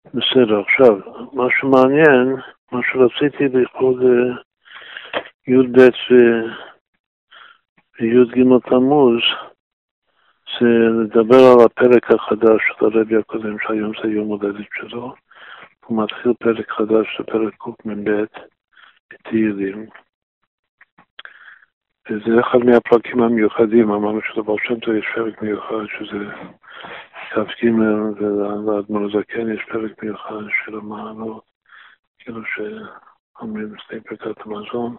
בסדר, עכשיו, מה שמעניין, מה שרציתי לכבוד י"ב וי"ג תמוז, זה לדבר על הפרק החדש של הרבי הקודם, שהיום זה יום הולדת שלו. הוא מתחיל פרק חדש, זה פרק קמ"ב, בתהילים. וזה אחד מהפרקים המיוחדים, אמרנו שלבר שם טוב יש פרק מיוחד, שזה כ"ג, ולאדמו"ר הזקן יש פרק מיוחד של המעלות, כאילו שאומרים לפני ברכת המזון.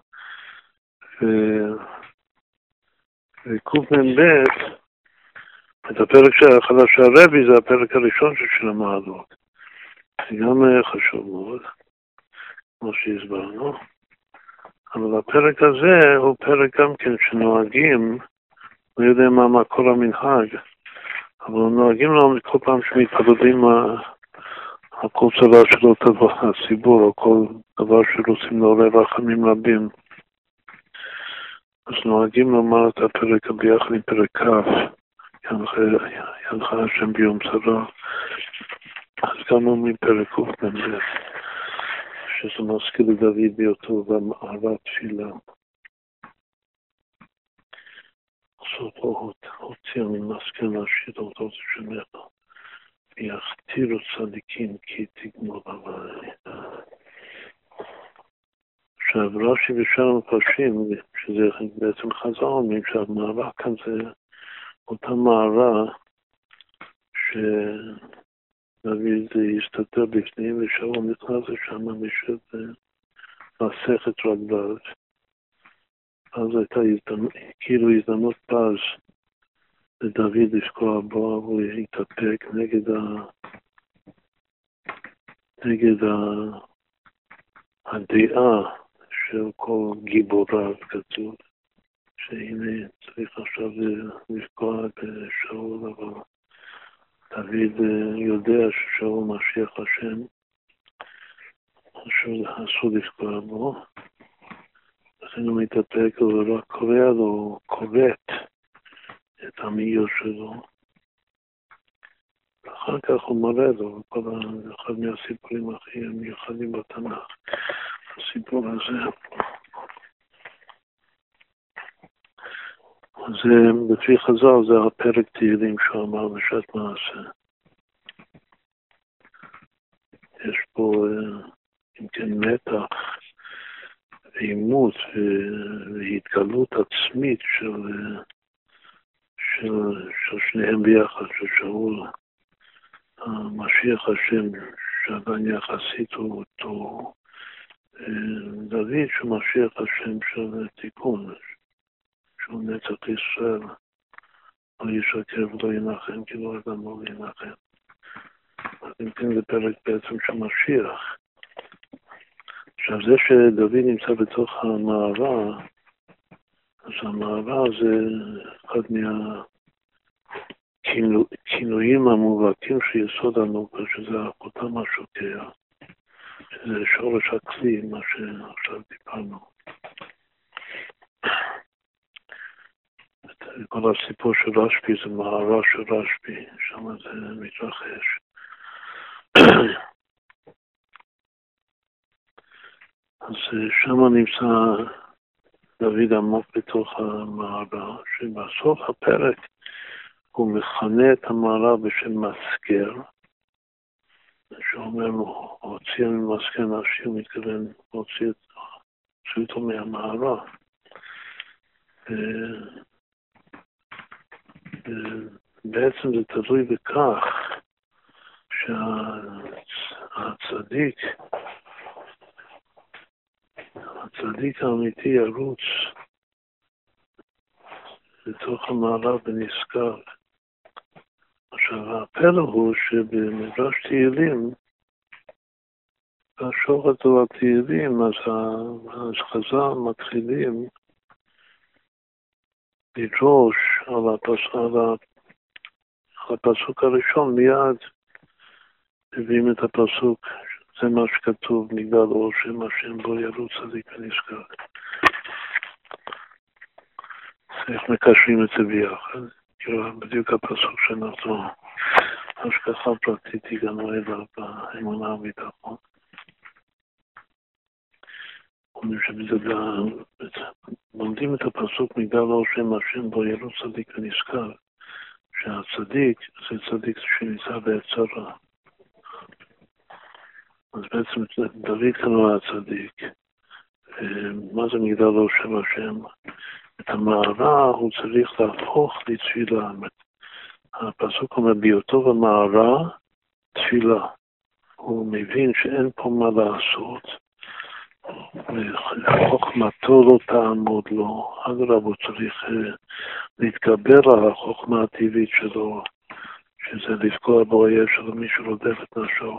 וקמ"ב, את הפרק החדש של הרבי, זה הפרק הראשון של המעלות. זה גם חשוב מאוד, כמו שהסברנו. אבל הפרק הזה הוא פרק גם כן שנוהגים, לא יודע מה מקור המנהג, אבל נוהגים לנו כל פעם שמתפללים על כל צבא שלא תבוא הציבור, או כל דבר שרוצים לעורר רחמים רבים. אז נוהגים לומר את הפרק ביחד עם פרק כ', ידך השם ביום צרה. אז גם אומרים פרק קמ"ב, שזה מזכיר לדוד בהיותו במערת תפילה. זאת הוציא ממזכיר להשאיר אותו שמך, ויכתירו צדיקים כי תגמור עלי. עכשיו רש"י ושאר המפרשים, שזה בעצם חז"ל אומרים שהמערה כאן זה אותה מערה שדוד הסתתר בפנים ושאול נכנס לשם בשביל להסך את רגליו. אז הייתה כאילו הזדמנות פז לדוד לפגוע בו, והוא התאפק נגד הדעה של כל גיבוריו, כתוב שהנה צריך עכשיו לפגוע בשאול, אבל דוד יודע ששאול משיח השם, אסור לפגוע בו. לכן הוא מתאפק, הוא רק קורא לו, קוראת את המאיר שלו. ואחר כך הוא מראה לו, אחד מהסיפורים הכי מיוחדים בתנ"ך, הסיפור הזה. אז לפי חז"ל זה הפרק תהילים שהוא אמר בשעת מעשה. יש פה, אם כן, מתח ועימות והתגלות עצמית של שניהם ביחד, של שאול, המשיח השם, שעדיין יחסית הוא אותו דוד, שהוא משיח השם של תיקון, שהוא נצח ישראל, לא ישקר ולא ינחם, כי לא אדם לא ינחם. אז אם כן זה פרק בעצם של משיח. עכשיו זה שדוד נמצא בתוך המערה, אז המערה זה אחד מהכינויים המובהקים שיסוד הנוקה, שזה החותם השוקע, שזה שורש הכלי, מה שעכשיו דיברנו. כל הסיפור של רשב"י זה מערה של רשב"י, שם זה מתרחש. אז שם נמצא דוד עמוק בתוך המערה, שבסוף הפרק הוא מכנה את המערה בשם מסגר, שאומר לו, הוציא ממסגר נפשי, הוא מתכוון להוציא אותו מהמערה. בעצם זה תלוי בכך שהצדיק האמיתי ירוץ לתוך המערה בנזכר. עכשיו, הפלא הוא שבמדרש תהילים, בשור התורה תהילים, אז חז"ל מתחילים לדרוש על הפסוק הראשון, מיד מביאים את הפסוק, זה מה שכתוב, נגדל אור שם השם בו ירוץ צדיק ונזכר. איך מקשרים את זה ביחד? כאילו, בדיוק הפסוק שאנחנו השגחה פרטית הגענו אליו באמונה וביטחון. אומרים שבזה לומדים את הפסוק מגדל אור שם השם בו יהיה לו צדיק ונזכר, שהצדיק זה צדיק שנמצא ביצרה. אז בעצם דוד כאן הוא הצדיק. מה זה מגדל אור שם השם? את המערה הוא צריך להפוך לתפילה. הפסוק אומר בהיותו במערה תפילה. הוא מבין שאין פה מה לעשות. חוכמתו לא תעמוד לו. אגב, הוא צריך להתגבר על החוכמה הטבעית שלו, שזה לפגוע באויב שלו, מי שרודף את נפשו.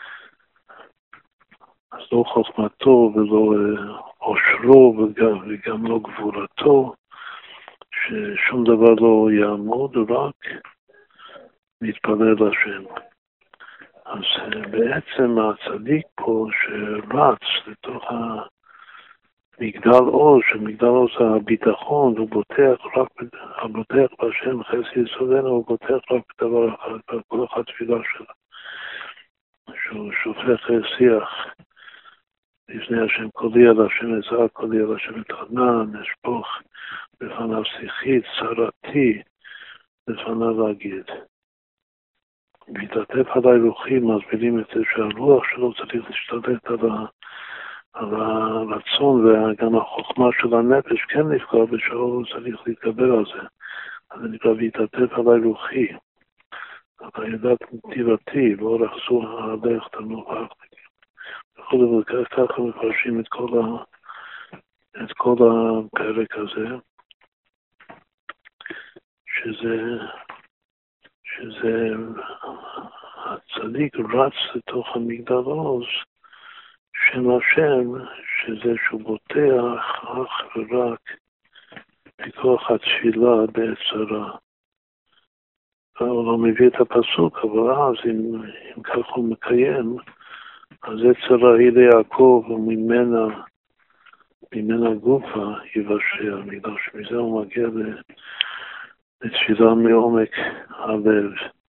אז לא חוכמתו ולא עושרו וגם לא גבורתו, ששום דבר לא יעמוד, רק מתפלל לשם. אז בעצם הצדיק פה שרץ לתוך המגדל אור, שמגדל אור זה הביטחון, הוא בוטח בהשם חסד יסודנו, הוא בוטח רק בדבר אחד, בכל אחד תפילה שלו. שהוא שופך שיח לפני השם, קולי על השם עזרה, קולי על השם אתחנן, אשפוך בפניו שיחית, צרתי, לפניו להגיד. בהתעטף עליי רוחי, מסבירים את זה שהרוח שלו צריך להשתלט על הרצון, וגם החוכמה של הנפש כן נפגע בשעור, הוא צריך להתגבר על זה. אז זה נקרא בהתעטף עליי רוחי. אתה ידעת נתיבתי, ואורח זו הדרך תנוח ארצי. בכל זאת, ככה מפרשים את כל הפרק הזה, שזה הצדיק רץ לתוך המגדל עוז שם השם, שזה שהוא בוטח אך ורק בכוח התפילה ביצרה. הוא לא מביא את הפסוק, אבל אז אם כך הוא מקיים, אז יצרה היא ליעקב וממנה גופה יבשע, בגלל שמזה הוא מגיע לתפילה מעומק הלב,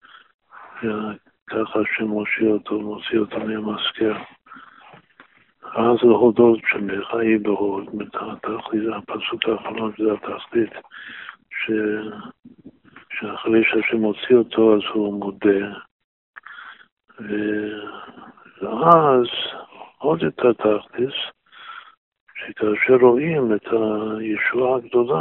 וככה שמוציא אותו מהמזכר. אז להודות שמך היא בהוד, הפסוק האחרון זה התחתית, שאחרי שהשם מוציא אותו אז הוא מודה, ואז עוד יותר תחתית, שכאשר רואים את הישועה הגדולה,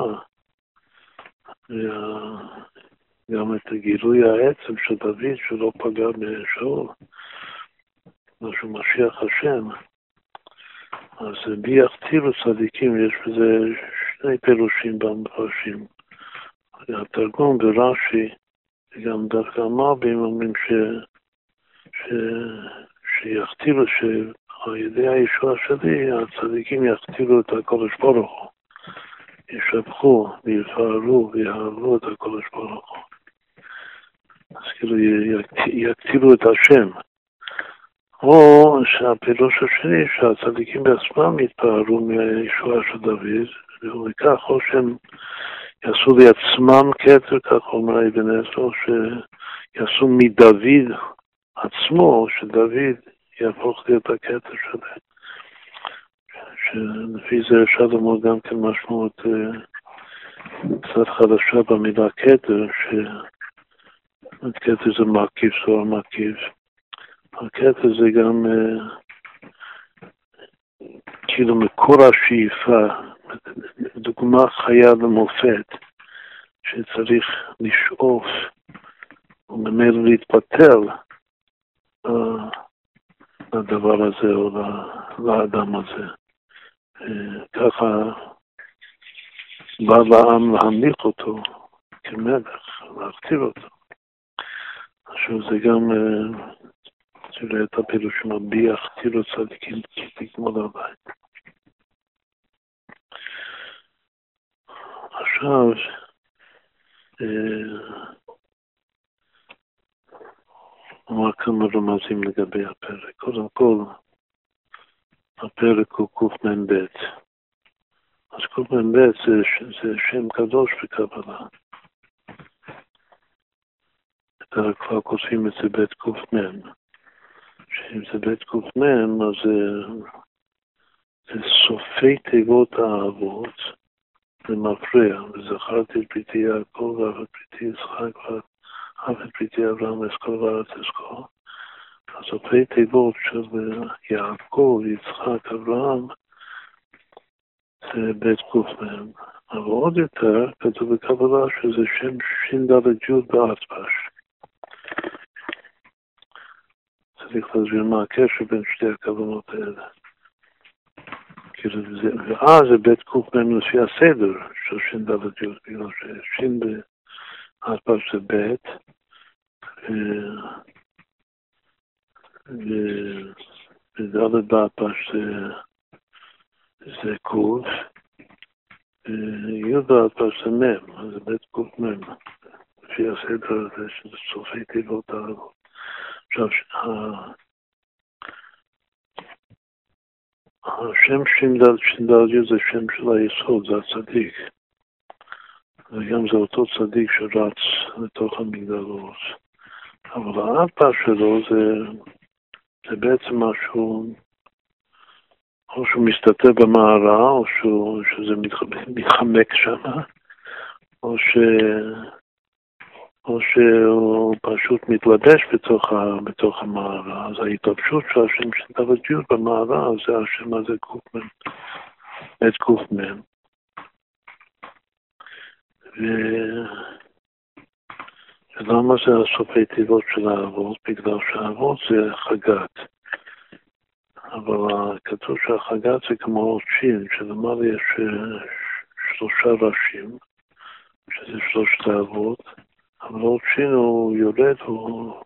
גם את גילוי העצם של דוד שלא פגע בשאול, משהו משיח השם, אז בי יכתיבו צדיקים, יש בזה שני פירושים במפרשים. התרגום ברש"י, וגם דווקא המרבים אומרים שיכתיבו שעל ידי הישועה שלי, הצדיקים יכתיבו את הקודש ברוך הוא. ישבחו ויפארו ויאהבו את הקודש ברוך הוא. אז כאילו יכתיבו את השם. או שהפירוש השני שהצדיקים בעצמם יתפארו מהישועה של דוד, וכך או שהם יעשו לעצמם כתר, כך אומר אבן עזרא, שיעשו מדוד עצמו, שדוד יהפוך להיות הכתר שלהם. שלפי זה אפשר לומר גם כן משמעות קצת חדשה במילה כתר, כתר זה מקיף, סוהר מקיף. הכתר זה גם כאילו מקור השאיפה, דוגמה חיה למופת, שצריך לשאוף וממילא להתפתל לדבר הזה או לאדם הזה. ככה בא לעם להמליך אותו כמלך, להכתיב אותו. עכשיו זה גם, תראה את הפירושים הבי יכתיבו צדיקים תגמול הבית. עכשיו, אומר כמה רמזים לגבי הפרק. קודם כל, הפרק הוא קמ"ב. אז קמ"ב זה שם קדוש בקבלה. בדרך כלל כותבים את זה בית קופמן. שאם זה בית קופמן, אז זה סופי תיבות האבות, זה מפריע, וזכרתי את פריטי יעקב, ואף את פריטי יצחק, ואף את פריטי אברהם, אסכול וארץ אסכול. אז סופי תיבות של יעקב, יצחק, אברהם, זה בית קופמן. אבל עוד יותר, כתוב בקבלה שזה שם ש"ד י' באטבש. צריך להסביר מה הקשר בין שתי הכוונות האלה. ואז זה בית קופמן לפי הסדר של ש"ד י', בגלל שש"ן באטבש זה בית, וד' באטבש זה קוף, י' באטבש זה מ', אז זה בית קופמן, לפי הסדר הזה שזה סופי תיבות האבות. עכשיו, השם ש"ד י' זה שם של היסוד, זה הצדיק. וגם זה אותו צדיק שרץ לתוך המגדלות. אבל האטבש שלו זה בעצם משהו, או שהוא מסתתר במערה, או שזה מתחמק שם, או שהוא פשוט מתלבש בתוך המערה. אז ההתלבשות של השם ש"ד י' במערה זה השם הזה קופמן, בית קופמן. ולמה זה הסופי תיבות של האבות? בגלל שהאבות זה חגת. אבל כתוב שהחגת זה כמו שין, שלמעלה יש 3 ראשים, שזה 3 האבות. אבל עוד שין הוא יורד, הוא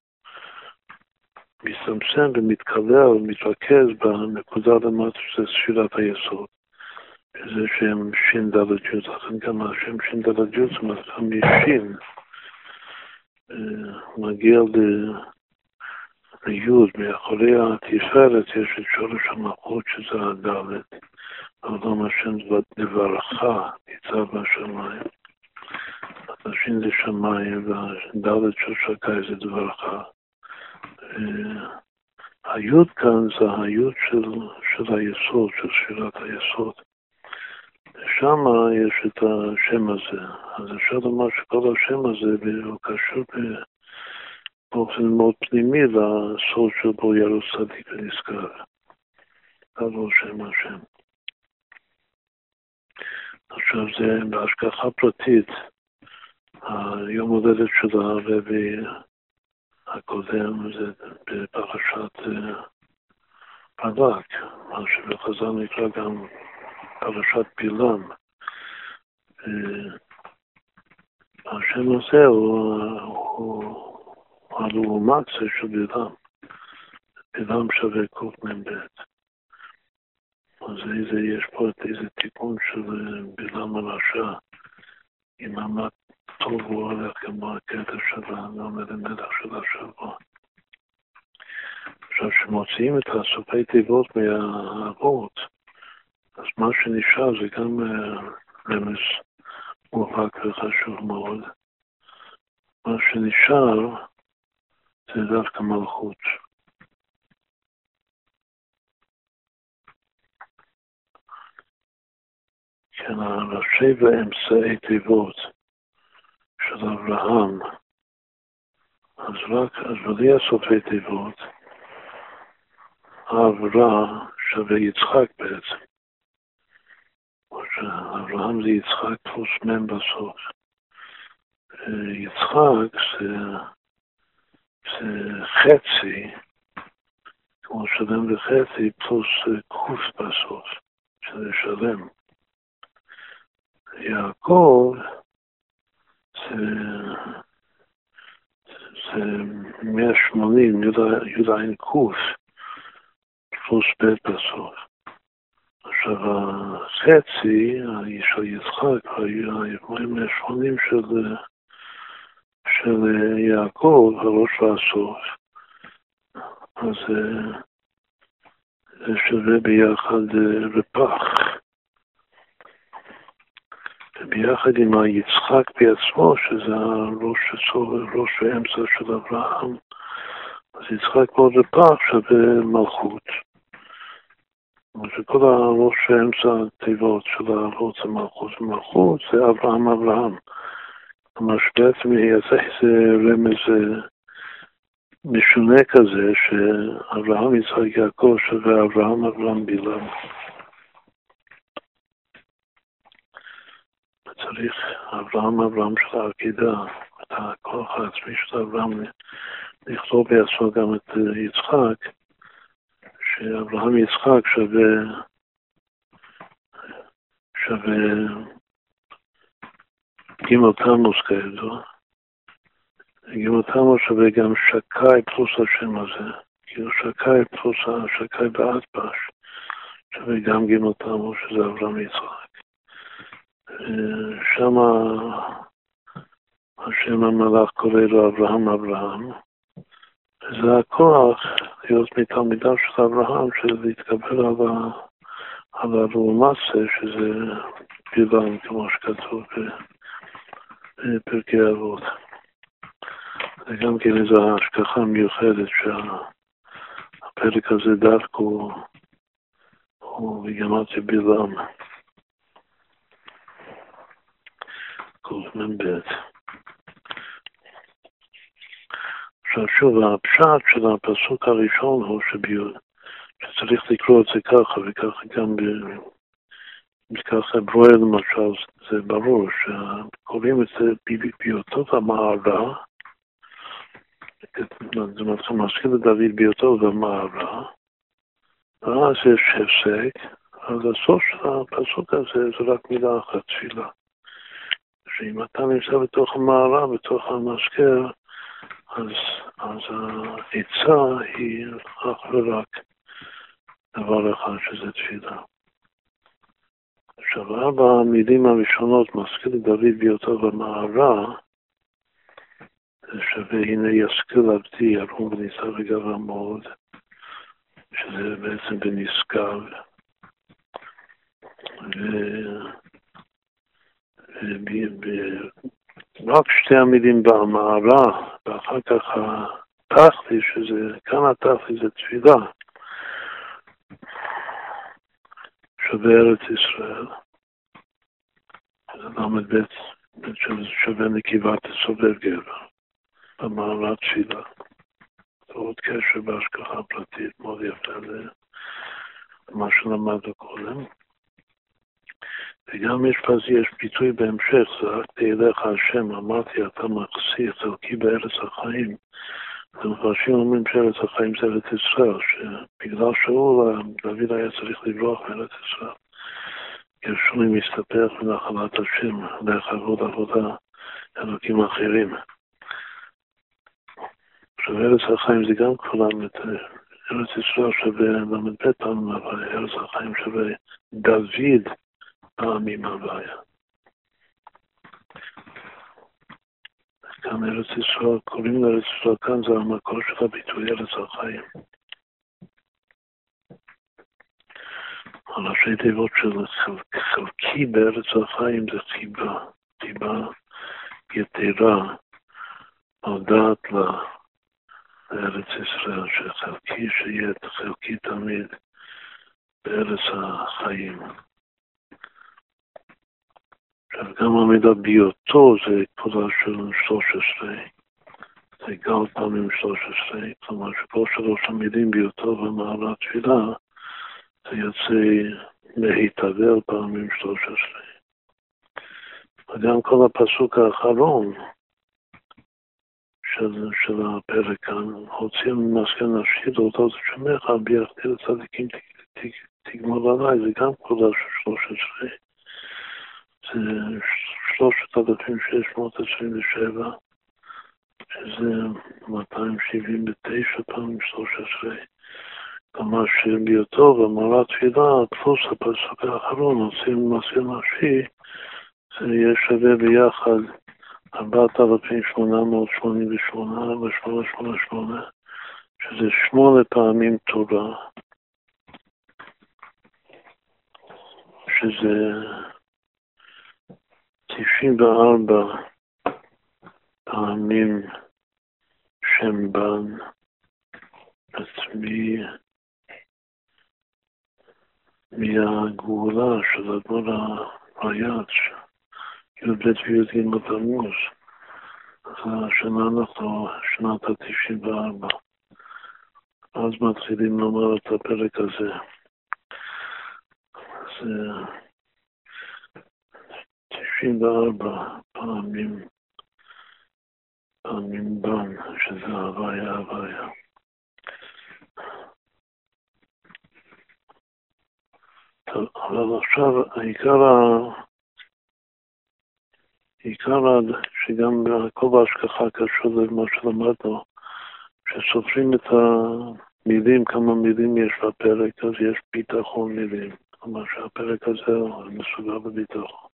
מסתמסם ומתקלע ומתרכז בנקודה למטה שזה ספירת היסוד. שזה שם ש"ד י', לכן גם השם ש"ד י' זה מתחיל משין. מגיע ליוד, מאחורי התפארת יש את שורש המלכות שזה הדלת. אדם השם דברכה, ניצב בשמיים. השין זה שמיים, והדלת של שקי זה דברכה. היוד כאן זה היוד של היסוד, של ספירת היסוד. ושם יש את השם הזה. אז אפשר לומר שכל השם הזה הוא קשור באופן מאוד פנימי לסוד של בו ירוץ צדיק ונזכר. זה לא שם השם. עכשיו זה בהשגחה פרטית. היום הולדת של הרבי הקודם זה בפרשת בלק, מה שבחז"ל נקרא גם פרשת בלעם. השם הזה הוא הלעומקציה של בלעם. בלעם שווה קמ"ב. אז יש פה איזה תיקון של בלעם הרשע. אם עמד טוב הוא הולך כמו הקטע שלה, לא מלמד של השבוע. עכשיו, שמוציאים את הסופי תיבות מהאבות, אז מה שנשאר זה גם רמז מובהק וחשוב מאוד. מה שנשאר זה דווקא מלכות. כן, הראשי ואמצעי תיבות של אברהם, אז בלי הסופי תיבות, אברהם שווה יצחק בעצם. אברהם זה יצחק פלוס מ' בסוף. יצחק זה חצי, כמו שלם וחצי, פלוס קוף בסוף, שזה שלם. יעקב זה 180, י"ע קוף, פלוס ב' בסוף. עכשיו החצי, של יצחק, היו 180 של יעקב, הראש והסוף. אז זה שווה ביחד רפח. ביחד עם היצחק בעצמו, שזה הראש האמצע של אברהם, אז יצחק ועוד לפח שווה מלכות. שכל הראש האמצע התיבות של הראש המלכות ומלכות זה אברהם. כלומר שבעצם זה רמז משונה כזה, שאברהם יצחק יעקב שווה אברהם בלעם. צריך אברהם של העקידה, את הכוח העצמי של אברהם, לכלול בעצמו גם את יצחק, שאברהם יצחק שווה גימל תמוז כידוע. גימל תמוז שווה גם שקאי פלוס השם הזה, כאילו שקאי פלוס השקאי באדפש, שווה גם גימל תמוז שזה אברהם יצחק. שם השם המלאך קורא לו אברהם. זה הכוח להיות מתלמידיו של אברהם, שלהתקבל על הרומסה, שזה בלעם, כמו שכתוב בפרקי אבות. זה גם כן איזו השכחה מיוחדת שהפרק הזה דווקא הוא בגמרתי בלעם. בית. עכשיו שוב, הפשט של הפסוק הראשון הוא שצריך לקרוא את זה ככה, וככה גם ככה ברואה למשל, זה ברור שקוראים את זה בהיותו המערה, זה מתחיל מזכיר לדוד בהיותו המערה, ואז יש הפסק, אז הסוף של הפסוק הזה זה רק מילה אחת, תפילה. שאם אתה נמצא בתוך המערה, בתוך המשקר, אז העצה היא אך ורק דבר אחד, שזה תפילה. עכשיו, במילים הראשונות מזכיר לדוד בהיותו במערה, זה שווה הנה ישכיל עבדי ירום ונישא וגבוה מאוד, שזה בעצם בנשגב. רק שתי המילים במערה, ואחר כך התחתי, כאן התחתי זה תפילה, שווה ארץ ישראל. זה למד בית שווה נקיבת סובב גבר, במערה תפילה. זה עוד קשר בהשגחה פרטית, מאוד יפה למה שלמדנו קודם. וגם יש ביטוי בהמשך, זרקתי אליך השם, אמרתי אתה מחסי חלקי בארץ החיים. המפרשים אומרים שארץ החיים זה ארץ ישראל, שבגלל שאול דוד היה צריך לברוח מארץ ישראל. כשהוא מסתפח מנחלת השם, לעבוד עבודה אלוקים אחרים. עכשיו ארץ החיים זה גם כולם, ארץ ישראל שווה למד פעם, אבל ארץ החיים שווה דוד פעמים הוויה. כאן ארץ ישראל, קוראים לארץ ישראל, כאן זה המקור של הביטוי ארץ החיים. על ראשי תיבות של חלקי בארץ החיים זה חיבה יתרה, נודעת לארץ ישראל, שחלקי שיהיה חלקי תמיד בארץ החיים. עכשיו גם המילה בהיותו זה כבודה של 13, זה גל פעמים 13, כלומר שכל שלוש המילים בהיותו ומעלה תפילה, זה יוצא להתהווה פעמים 13. וגם כל הפסוק האחרון של הפרק כאן, הוציא ממסכן נפשי להודות את שמך, בירכתי לצדיקים תגמול עליי, זה גם כבודה של 13. זה 3,627, שזה 279 פעמים 13. כלומר שבהיותו ומעלה תפילה, פלוס הפסוק האחרון, עושים מסכן נפשי, זה יהיה שווה ביחד 4,888 ו-888, שזה 8 פעמים תורה, שזה 94 פעמים שם בן עצמי מהגאולה של אדמו"ר הריי"צ, י"ב וי"ג בתמוז. אז השנה אנחנו שנת ה-94. אז מתחילים לומר את הפרק הזה. אז 94 פעמים בן, שזה הוויה. טוב, אבל עכשיו העיקר שגם כל ההשגחה קשור למה שלמדנו, שסופרים את המילים, כמה מילים יש בפרק, אז יש ביטחון מילים. כלומר שהפרק הזה מסוגל בביטחון.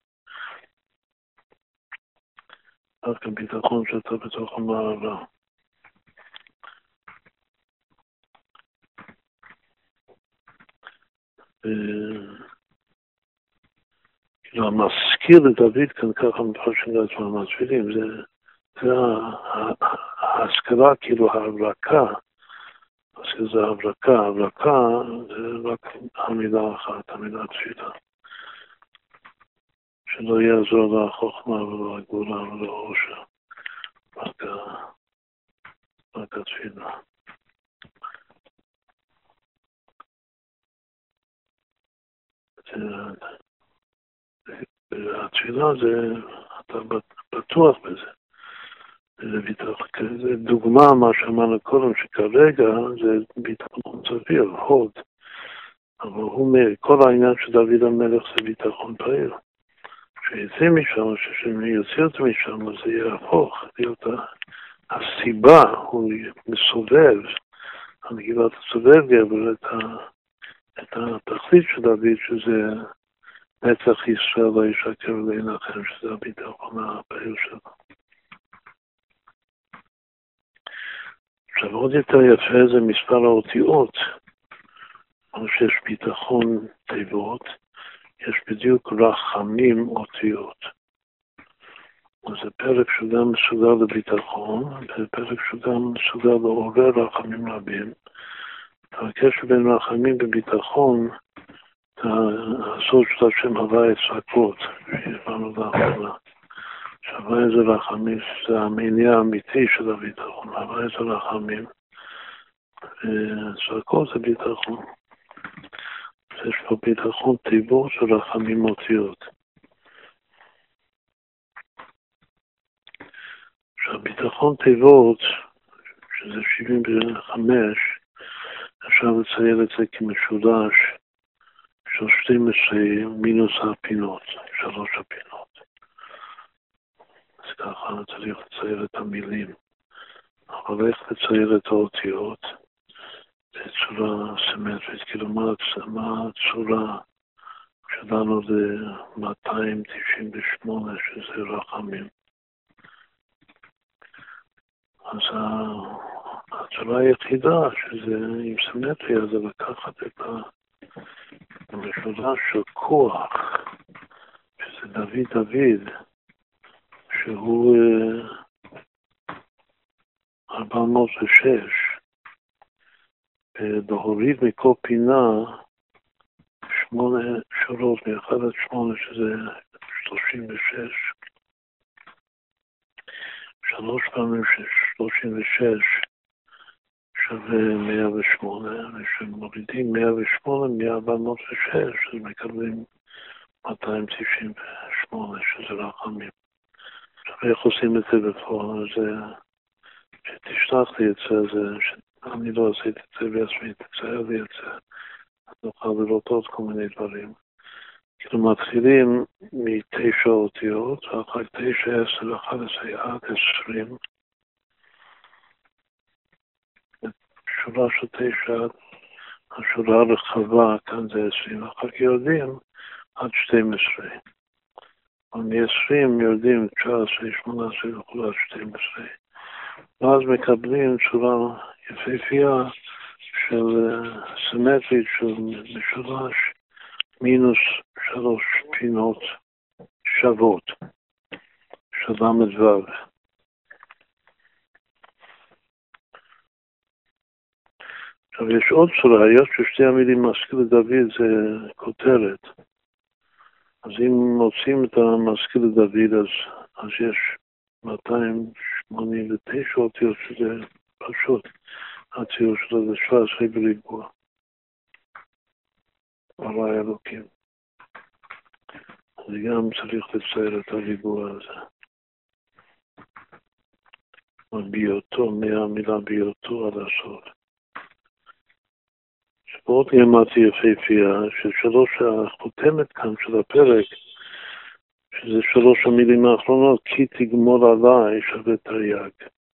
רק הביטחון שאתה בתוך המערה. כאילו המזכיר לדוד כאן ככה מפרשים לעצמם התפילים, זה ההשכלה, כאילו ההברקה, אז זה ההברקה זה רק המילה אחת, המילה תפילה. שלא יעזור לה חוכמה ולא הגאולה ולא עושר, רק התפילה. התפילה זה, אתה בטוח בזה. זה דוגמה מה שאמרנו קודם, שכרגע זה ביטחון סביר, הוד. אבל כל העניין של דוד המלך זה ביטחון פעיל. כשיצא משם, כשיוצא משם, אז זה יהפוך להיות הסיבה, הוא מסובב, המגילת הסובב גבר את התכלית של דוד, שזה נצח ישראל לא ישקר ולהנחם, שזה הביטחון הפעיל שלו. עכשיו עוד יותר יפה זה מספר האותיות, כמו שיש ביטחון תיבות, יש בדיוק רחמים אותיות. אז זה פרק שגם מסוגל לביטחון, ופרק שגם מסוגל לעורר רחמים רבים. הקשר בין רחמים וביטחון, הסוד של השם הוויה צעקות, שהבנו לאחרונה. שהוויה זה רחמים, זה המניע האמיתי של הביטחון, הוויה זה רחמים, וצעקות זה ביטחון. יש פה ביטחון תיבות של רחמים אותיות. שהביטחון תיבות, שזה 75, אפשר לצייר את זה כמשולש של 12 מינוס הפינות, 3 הפינות. אז ככה צריך לצייר את המילים. אבל איך לצייר את האותיות? בצורה סימטרית, כאילו מה הצורה שלנו ל-298, שזה רחמים. אז הצורה היחידה, שזה עם סימטריה, זה לקחת את המשולש של כוח, שזה דוד, שהוא 406, להוריד מכל פינה 8 שורות, מ-1 עד 8, שזה 36. 3 פעמים 36 שווה 108, ושמורידים 108 מ-406, אז מקבלים 298, שזה רחמים. עכשיו איך עושים את זה בפועל? אז שתשלח לי את זה, אני לא עשיתי את זה בעצמי, תצייר לי את זה, אז נוכל לראות עוד כל מיני דברים. כאילו מתחילים מ9 אותיות, ואחר 9, 10, 11 עד 20. שורה של 9, השורה הרחבה, כאן זה 20, ואחר כך יורדים עד 12. מ-20 יורדים 19, 18 וכו' עד 12. ואז מקבלים צורה יפהפייה של סימטרית של משולש, מינוס 3 פינות שוות. של למ"ד. עכשיו יש עוד צורה, היות ששתי המילים משכיל לדוד זה כותרת. אז אם מוצאים את המשכיל לדוד, אז יש 289 אותיות שזה פשוט. הציור שלו זה 17 בריבוע. הרי אלוקים. אז גם צריך לצייר את הריבוע הזה. בהיותו, מהמילה בהיותו עד הסוף. ועוד גמרתי יפהפייה, ששלוש החותמת כאן של הפרק, שזה שלוש המילים האחרונות, כי תגמול עליי שווה תרי"ג.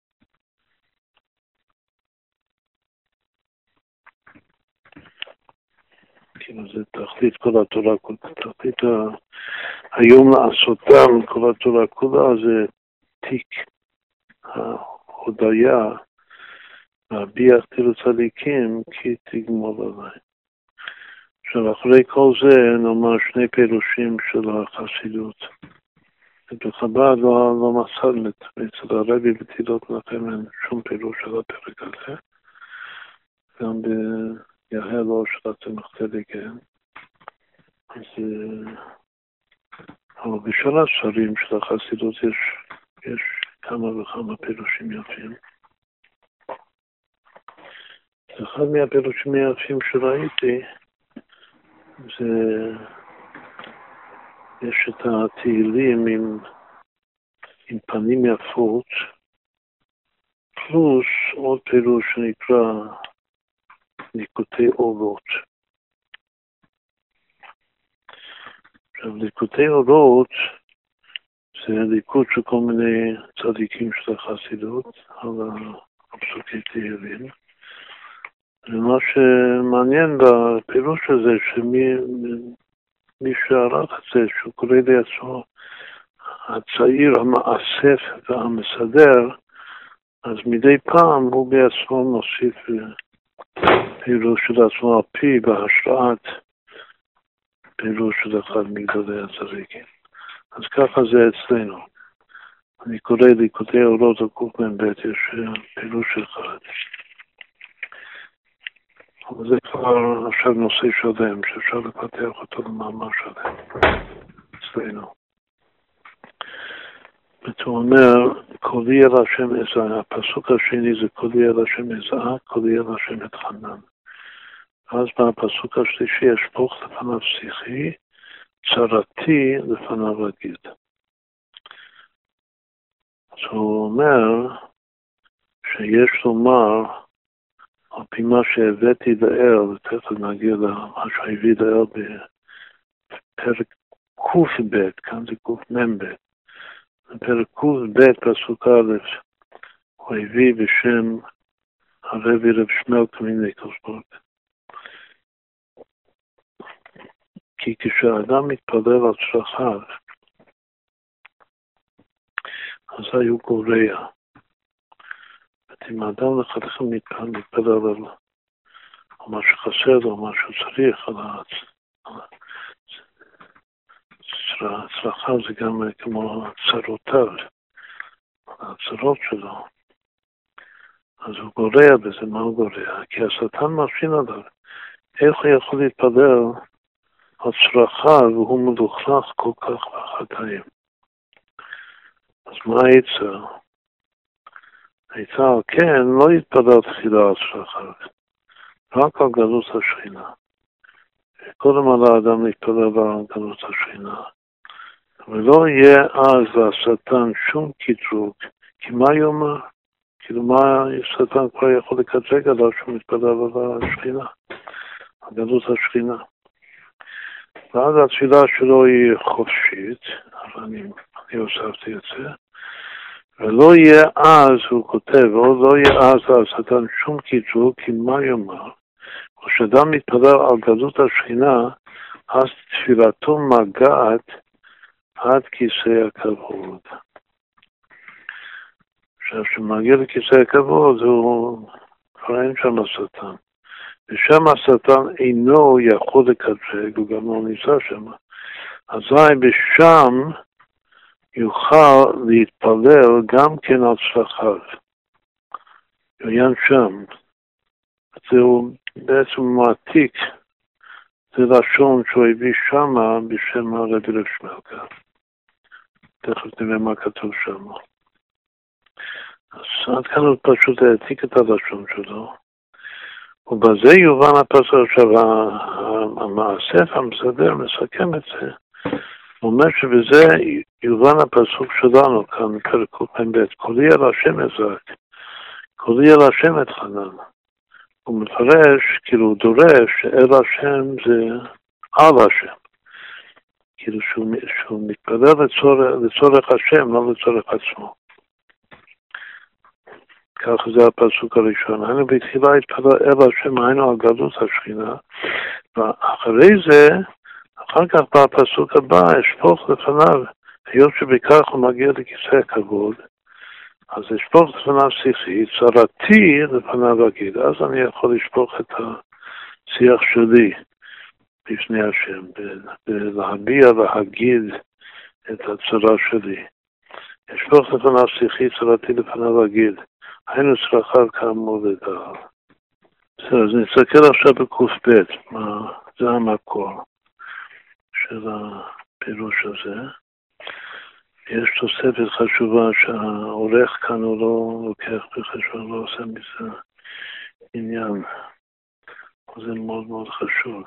כאילו זה תכלית כל התורה, תכלית היום לעשותם, כל התורה כולה זה תיק ההודיה, להביח תהיו צדיקים, כי תגמול עליי. עכשיו, אחרי כל זה נאמר שני פירושים של החסידות. בחב"ד לא מצאנו אצל הרבי בתהילות לכם אין שום פירוש של הפרק הזה. גם ביהל לא של הצמח צדק אין. אבל בשאר הספרים של החסידות יש כמה וכמה פירושים יפים. אחד מהפירושים היפים שראיתי, יש את התהילים עם פנים יפות, פלוס עוד פירוש שנקרא ליקוטי אורות. עכשיו, ליקוטי אורות זה ליקוט של כל מיני צדיקים של החסידות, על הפסוקי תהילים. ומה שמעניין בפירוש הזה, שמי שערך את זה, שהוא קורא לעצמו הצעיר המאסף והמסדר, אז מדי פעם הוא בעצמו מוסיף פירוש של עצמו על פי בהשראת פירוש של אחד מגדולי הצדיקים. אז ככה זה אצלנו. אני קורא ליקוטי אורות הקמ"ב, יש פירוש אחד. אבל זה כבר עכשיו נושא שלם, שאפשר לפתח אותו למאמר שלם אצלנו. ואתה אומר, קולי אל השם אזעק, הפסוק השני זה קולי אל השם אזעק, קולי אל השם אתחנן. אז בפסוק השלישי אשפוך לפניו שיחי, צרתי לפניו אגיד. אז הוא אומר שיש לומר, על פי מה שהבאתי לאל, תכף נגיע למה שהביא לאל בפרק ק"ב, כאן זה ק"מ. בפרק ק"ב פסוק א', הוא הביא בשם הרבי רב שמואל קמיניקלסבורג. כי כשאדם מתפלל על צרכיו, אז היו גורע. אם האדם לכתחילה מתפלל על מה שחסר לו, מה שהוא צריך, על הצרכיו זה גם כמו צרותיו, על הצרות שלו. אז הוא גורע בזה, מה הוא גורע? כי השטן מרשים עליו. איך הוא יכול להתפלל על צרכיו והוא מלוכלך כל כך בחטאים? אז מה העצה? העצה, כן, לא יתפלל תחילה על צרכיו, רק על גלות השכינה. קודם על האדם להתפלל על גלות השכינה. ולא יהיה אז לשטן שום קטרוג, כי מה יאמר? כאילו מה השטן כבר יכול לקטרג עליו שהוא מתפלל על השכינה, על גלות השכינה. ואז התפילה שלו היא חופשית, אבל אני הוספתי את זה. ולא יהיה אז, הוא כותב, ולא יהיה אז לשטן שום קטרוג, כי מה יאמר? כשאדם מתפלל על גלות השכינה, אז תפילתו מגעת עד כיסא הכבוד. עכשיו, כשמגיע לכיסא הכבוד, הוא כבר אין שם השטן. ושם השטן אינו יכול לקטרג, הוא גם לא ניסה שם. אזי בשם יוכל להתפלל גם כן על צרכיו. עניין שם. זהו בעצם מעתיק, זה לשון שהוא הביא שמה בשם הרבי רב שמעלקה. תכף נראה מה כתוב שם. אז עד כאן הוא פשוט העתיק את הלשון שלו. ובזה יובן הפסוק. עכשיו, המאסף המסדר מסכם את זה. הוא אומר שבזה יובן הפסוק שלנו, כאן פרק ק"ב, קולי אל השם אזעק, קולי אל השם אתחנן. הוא מפרש, כאילו הוא דורש, אל השם זה על השם. כאילו שהוא מתפלל לצורך השם, לא לצורך עצמו. כך זה הפסוק הראשון. היינו בתחילה התפלל אל השם, היינו על גלות השכינה, ואחרי זה, אחר כך בפסוק הבא, אשפוך לפניו, היות שבכך הוא מגיע לכיסא הכבוד, אז אשפוך לפניו שיחי, צרתי לפניו אגיד, אז אני יכול לשפוך את השיח שלי בפני השם, ולהביע להגיד את הצרה שלי. אשפוך לפניו שיחי, צרתי לפניו אגיד, היינו צרכיו כאמור לדעת. בסדר, אז נסתכל עכשיו בק"ב, זה המקור של הפירוש הזה. יש תוספת חשובה שהעורך כאן הוא לא לוקח בחשבון, לא עושה מזה עניין. זה מאוד מאוד חשוב.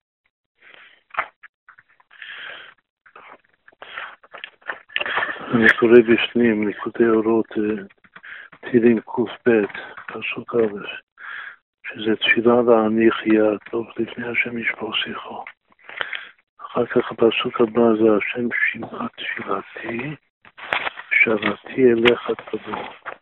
אני קורא בפנים, נקודי אורות, תהילים ק"ב, פסוק א', שזה תפילה להניח יד, טוב לפני השם ישפוך שיחו. אחר כך הפסוק הבא זה השם שמע תפילתי, שבתי אליך תבוא.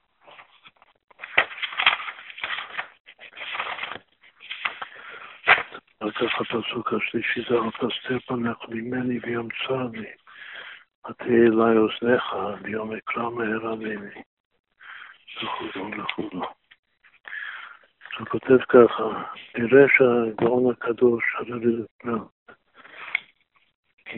אחר כך הפסוק השלישי זה אל תסתר פניך ממני ביום צר לי, ותהי אלי אוזניך ביום אקרא מהר עליני. וכו'. הוא כותב ככה, נראה שהגאון הקדוש הרבי לפניו, כי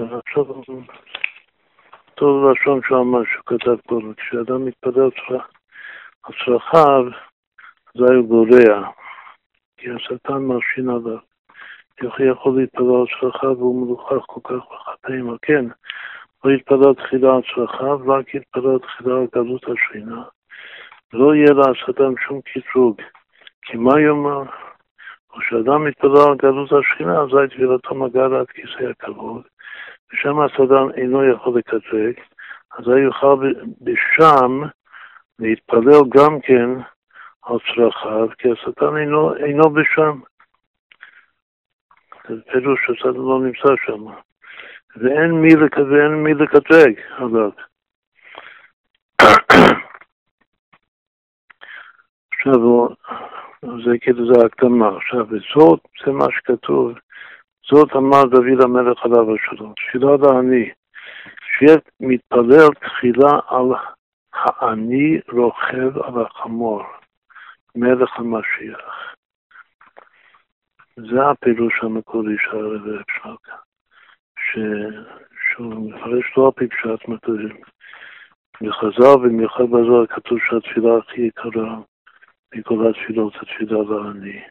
טוב לשון שהוא אמר שהוא כתב פה, כשאדם מתפלל על צרכיו, זה הוא גורע, כי השטן מרשין עליו. איך יכול להתפלל על צרכיו והוא מלוכח כל כך בחטאים, כן, לא יתפלל תחילה על צרכיו, רק יתפלל תחילה על גלות השכינה. לא יהיה לשטן שום קטרוג, כי מה יאמר? כשאדם מתפלל על גלות השכינה, אזי תפילתו מגיעה עד כיסא הכבוד, ושם השטן אינו יכול לקטרג, אזי יוכל בשם להתפלל גם כן על צרכיו, כי השטן אינו בשם. זה פירוש שהשטן לא נמצא שם. ואין מי לקטרג עליו. עכשיו, זה כאילו זה הקדמה. עכשיו, זאת, זה מה שכתוב, זאת אמר דוד המלך עליו השלום. תפילה לעני, שמתפלל תחילה על העני רוכב על החמור, מלך המשיח. זה הפירוש המקורי של הרבי רב שמעלקה, שהוא מפרש לא על פי פשט מטרים. בחז"ל במיוחד בזוהר כתוב שהתפילה הכי יקרה מכל התפילות זה תפילה לעני.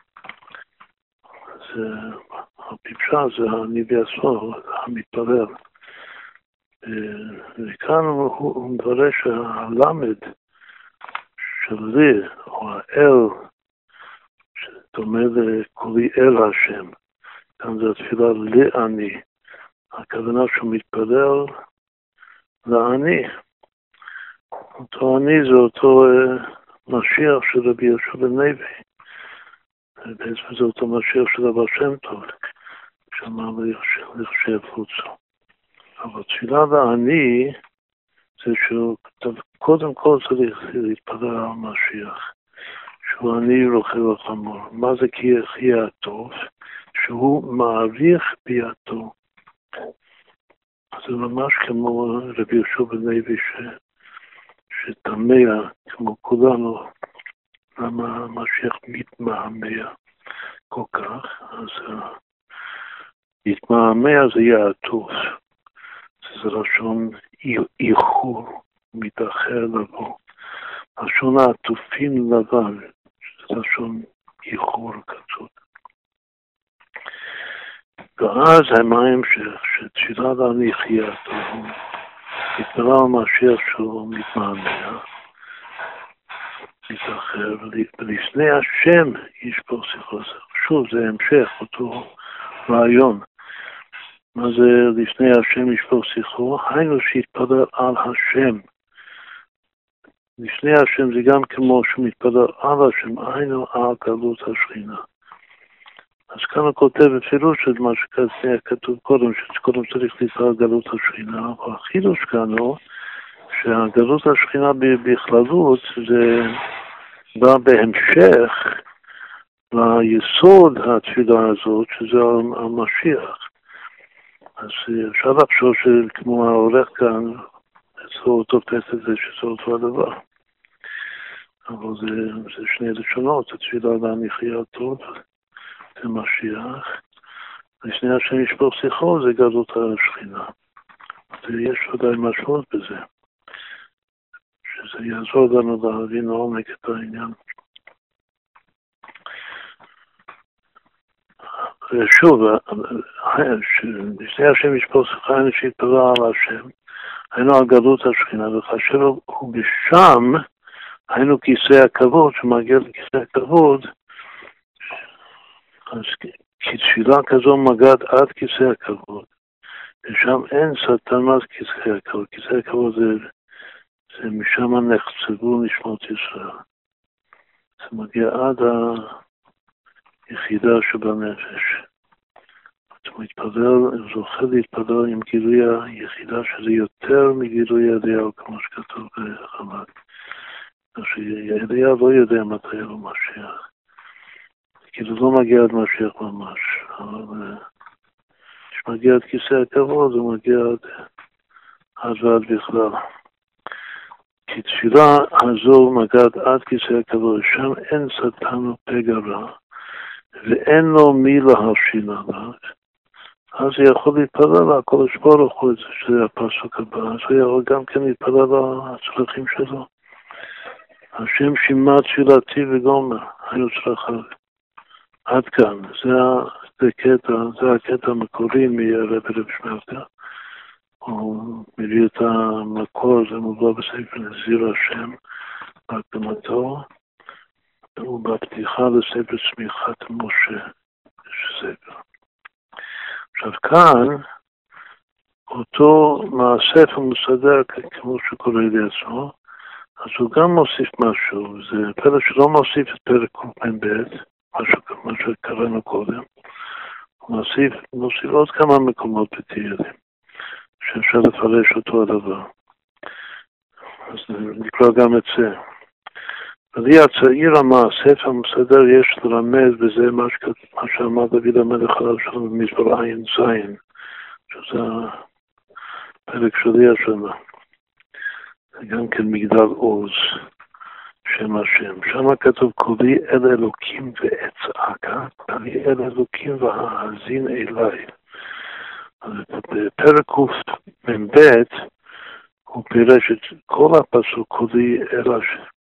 על פי פשט זה העני בעצמו, המתפלל. וכאן הוא מפרש שהלמד שלי, או האל, שדומה לקולי אל השם, כאן זה התפילה לעני. הכוונה שהוא מתפלל לעני. אותו עני זה אותו משיח של רבי יהושע בן לוי. בעצם זה אותו משיח של הבעל שם טוב, שאמר לחשב חוצו. אבל תפילה לעני זה שהוא קודם כל צריך להתפלל על משיח, שהוא עני רוכב על חמור. מה זה כי הטוב? שהוא מעריך ביאתו. זה ממש כמו רבי יהושע בן לוי שתמה כמו כולנו, למה המשיח מתמהמה כל כך. אז מתמהמה זה יהיה הטוב. זה לשון איחור, מתאחר לבוא. לשון העטופים לבב, שזה לשון איחור קצות. ואז המים שתפילה להניחייתו, התפלל המשיח שלו מתמהמה, מתאחר, ולפני השם ישפוך שיחו. שוב, זה המשך, אותו רעיון. מה זה לפני השם ישפוך שיחו? היינו שהתפלל על השם. לפני השם זה גם כמו שהוא מתפלל על השם, היינו על גלות השכינה. אז כאן הוא כותב בפירוש את מה שכתוב קודם, שקודם צריך להתפלל גלות השכינה, אבל החידוש כאן הוא שהגלות השכינה בכללות זה בא בהמשך ליסוד התפילה הזאת, שזה המשיח. אז אפשר לחשוב שכמו העורך כאן, אצלו אותו פסק זה שזה אותו הדבר. אבל זה שני לשונות, התפילה להניחייתו זה משיח. לפני השם ישפוך שיחו זה גלות השכינה. ויש ודאי משמעות בזה. שזה יעזור לנו להבין לעומק את העניין. ושוב, לפני השם ישפוך שיחו היינו שהתפלל על השם, היינו על גלות השכינה, וכאשר הוא בשם, היינו כיסא הכבוד, שמגיע לכיסא הכבוד, אז כתפילה כזו מגעת עד כיסא הכבוד, ושם אין שטן מה כיסא הכבוד. כיסא הכבוד זה משם נחצבו נשמות ישראל. זה מגיע עד היחידה שבנפש. הוא מתפלל, זוכה להתפלל עם גילוי היחידה, שזה יותר מגילוי אליהו, כמו שכתוב בחב"ד. שאליהו לא יודע מתי הוא משיח. כאילו לא מגיע עד משיח ממש, אבל כשמגיע עד כיסא הכבוד, הוא מגיע עד ועד בכלל. כי תפילה הזו מגעת עד כיסא הכבוד, שם אין שטן ופגע רע, ואין לו מי להלשין עליו, אז הוא יכול להתפלל על הקדוש ברוך הוא, שזה הפסוק הבא, אז הוא יכול גם כן להתפלל על הצרכים שלו. השם שמע תפילתי וגומר, היו צרכיו. עד כאן, זה הקטע המקורי מהרב שמלכה. הוא מביא את המקור, זה מובא בספר נזיר השם, בהקדמתו, ובפתיחה לספר צמיחת משה, יש ספר. עכשיו כאן, אותו מהספר מסדר כמו שקורא לעצמו, אז הוא גם מוסיף משהו, זה פרק שלא מוסיף את פרק ק"ב, מה שקראנו קודם, הוא מוסיף עוד כמה מקומות בתהילים, שאפשר לפרש אותו הדבר. אז נקרא גם את זה. ולי הצעיר המעשף המסדר יש לרמז בזה מה שאמר דוד המלך עליו שלנו במזמור עין זין, שזה הפרק שלי השנה. זה גם כן מגדל עוז, שם השם. שם כתוב קולי אל אלוקים ואצעקה, קולי אל אלוקים והאזין אליי. אז בפרק קמ"ב הוא פירש את כל הפסוק קולי אל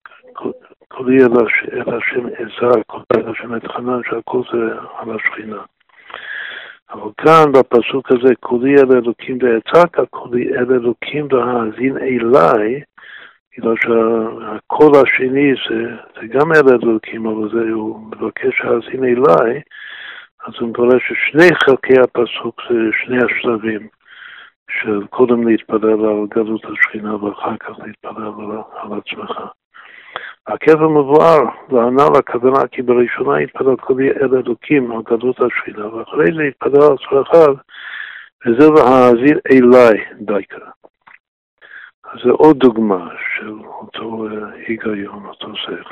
השם עזר, קולי אל השם אתחנן, שהכל זה על השכינה. אבל כאן בפסוק הזה, קולי אל אלוקים ואצעקה, קולי אל אלוקים והאזין אליי, בגלל שהקול השני זה גם אל אלוקים, אבל זה הוא מבקש האזין אליי, אז הוא מקווה ששני חלקי הפסוק זה שני השלבים, של קודם להתפלל על גלות השכינה ואחר כך להתפלל על עצמך. הכתר מבואר לענה לכוונה כי בראשונה התפלל קולי אל אלוקים על גלות השכינה, ואחרי זה התפלל על צרכיו, וזה והאזין אליי דייקה. אז זה עוד דוגמה של אותו היגיון, אותו שכל.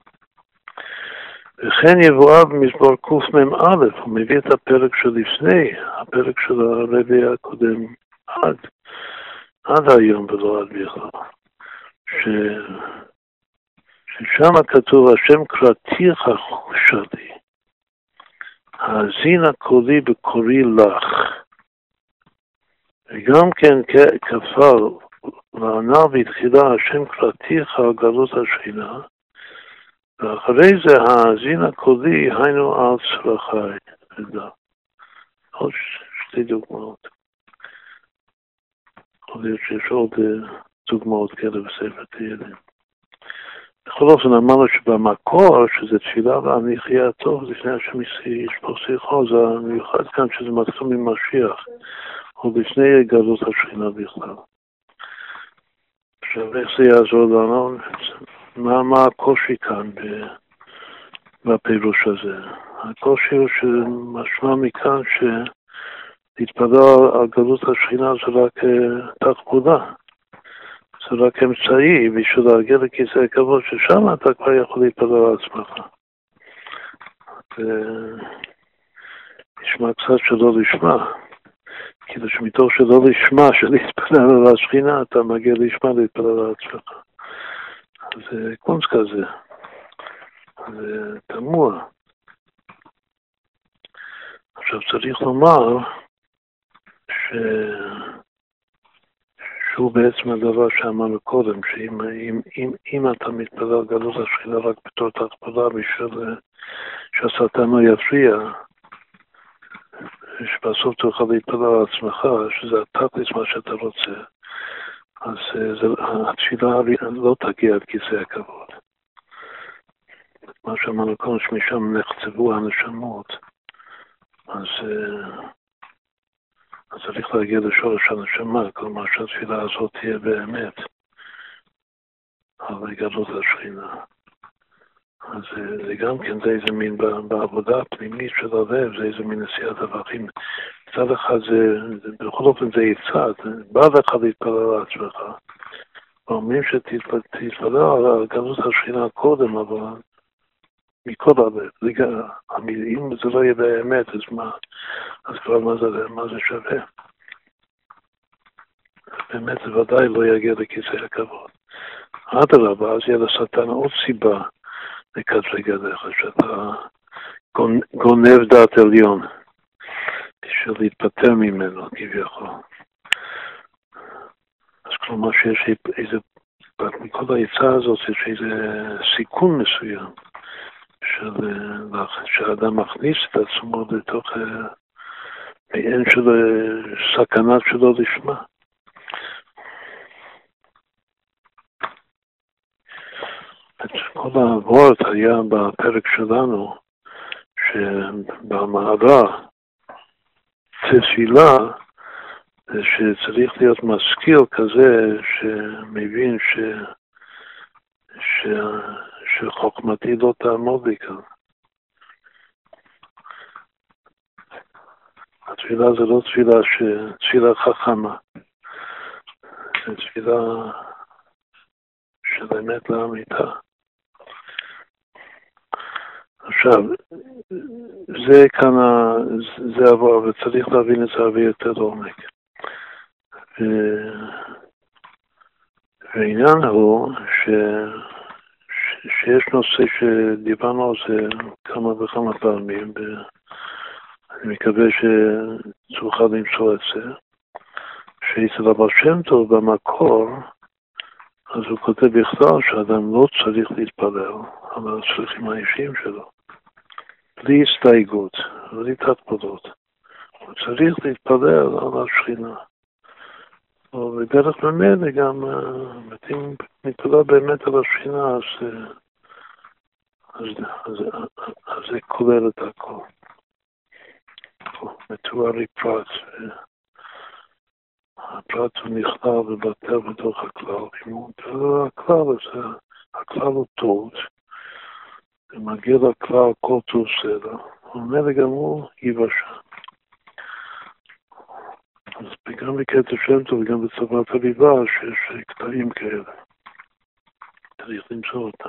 וכן יבואר במזמור קמ"א, הוא מביא את הפרק שלפני, הפרק של הרבי הקודם, עד היום ולא עד בכלל. ששם כתוב, השם קראתיך חושתי, האזינה קולי בקורי לך. וגם כן כפר וענה והתחילה השם קראתיך על גלות השכינה, ואחרי זה האזין הקולי היינו על צרכי. עוד שתי דוגמאות. יכול להיות שיש עוד דוגמאות כאלה בספר תהילים. בכל אופן אמרנו שבמקור, שזה תפילה והניח יהיה הטוב, לפני השם ישפוך שיחו, זה מיוחד כאן שזה מתחיל ממשיח, עוד לפני גלות השכינה בכלל. עכשיו, איך זה יעזור לנו? מה הקושי כאן בפירוש הזה? הקושי הוא שמשמע מכאן להתפלל על גלות השכינה זה רק תחבולה. זה רק אמצעי בשביל להגיע לכיסא הכבוד, ששם אתה כבר יכול להתפלל על עצמך. נשמע קצת שלא לשמה. כאילו שמתוך שלא לשמה, שלהתפלל על השכינה, אתה מגיע לשמה להתפלל על עצמך. זה קונץ כזה. זה תמוה. עכשיו צריך לומר שהוא בעצם הדבר שאמרנו קודם, שאם אתה מתפלל על גלות השכינה רק בתור תחבולה בשביל שהשטן לא יפריע, שבסוף תוכל להתפלל על עצמך, שזה התכלס מה שאתה רוצה, אז התפילה לא תגיע עד כיסא הכבוד. מה שאמרנו קודם, שמשם נחצבו הנשמות, אז צריך להגיע לשורש הנשמה, כלומר שהתפילה הזאת תהיה באמת על גלות השכינה. אז זה גם כן, זה איזה מין בעבודה הפנימית של הלב, זה איזה מין נשיאת אבקים. מצד אחד בכל אופן זה יצד, בא לך להתפלל על עצמך. אומרים שתתפלל על גלות השכינה קודם, אבל מכל הלב. אם זה לא יהיה באמת, אז מה? אז כבר מה זה שווה? באמת זה ודאי לא יגיע לכיסא הכבוד. אדרבה, אז יהיה לשטן עוד סיבה לקטלג עליך, שאתה גונב דעת עליון, בשביל להתפטר ממנו כביכול. אז כלומר שיש איזה, מכל העצה הזאת יש איזה סיכון מסוים, שהאדם מכניס את עצמו לתוך מעין של סכנה שלא לשמה. כל העבוד היה בפרק שלנו, שבמערה תפילה, שצריך להיות משכיל כזה שמבין שחוכמתי לא תעמוד לי כאן. התפילה זה לא תפילה חכמה, זה תפילה של אמת לאמיתה. עכשיו, זה כאן, זה עבור, וצריך להבין את זה הרבה יותר לעומק. והעניין הוא שיש נושא שדיברנו על זה כמה וכמה פעמים, אני מקווה שצריכה למצוא את זה, שאצל הבעל שם טוב במקור, אז הוא כותב בכלל שאדם לא צריך להתפלל על הצרכים האישיים שלו, בלי הסתייגות, בלי תתפלות. הוא צריך להתפלל על השכינה. ובדרך ממילא גם, אם מתפלל באמת על השכינה, אז זה כולל את הכל. מתוארי פרט. הפרט הוא נכלל ובטל בתוך הכלל. הכלל הוא טוב. ומגיע לכלל כל טוב סדר. ומילא גם הוא יבשה. אז גם בקטע שם טוב וגם בצורת הליבה שיש קטעים כאלה. צריך למצוא אותם.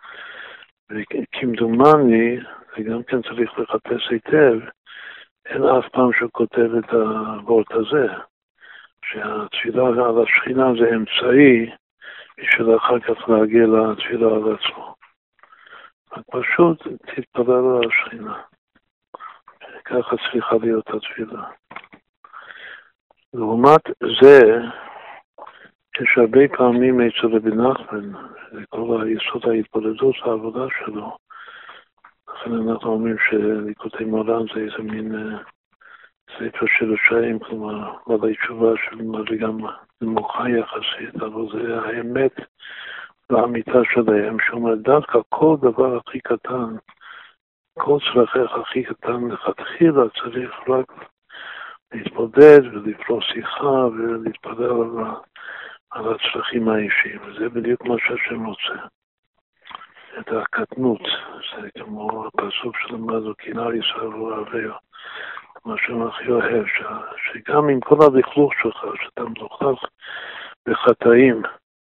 וכמדומני, וגם כן צריך לחפש היטב, אין אף פעם שכותב את הוורט הזה, שהתפילה על השכינה זה אמצעי, בשביל אחר כך להגיע לתפילה על עצמו. פשוט תתפלל על השכינה. ככה צריכה להיות התפילה. לעומת זה, יש הרבה פעמים אצל רבי נחמן, זה כל היסוד ההתבודדות, העבודה שלו. לכן אנחנו אומרים שליקוטי מורן זה איזה מין ספר של רשעים, כלומר, בעלי תשובה של מדרגה נמוכה יחסית, אבל זה האמת והאמיתה שלהם, שאומר דווקא כל דבר הכי קטן, כל צרכך הכי קטן לכתחילה צריך רק להתבודד ולפרוס שיחה ולהתפלל על הצרכים האישיים. וזה בדיוק מה שהשם רוצה. את הקטנות, זה כמו הפסוק שלמדנו, כנער ישראל ואוהביו, מה שהוא הכי אוהב, שגם עם כל הלכלוך שלך, שאתה מלוכלך בחטאים,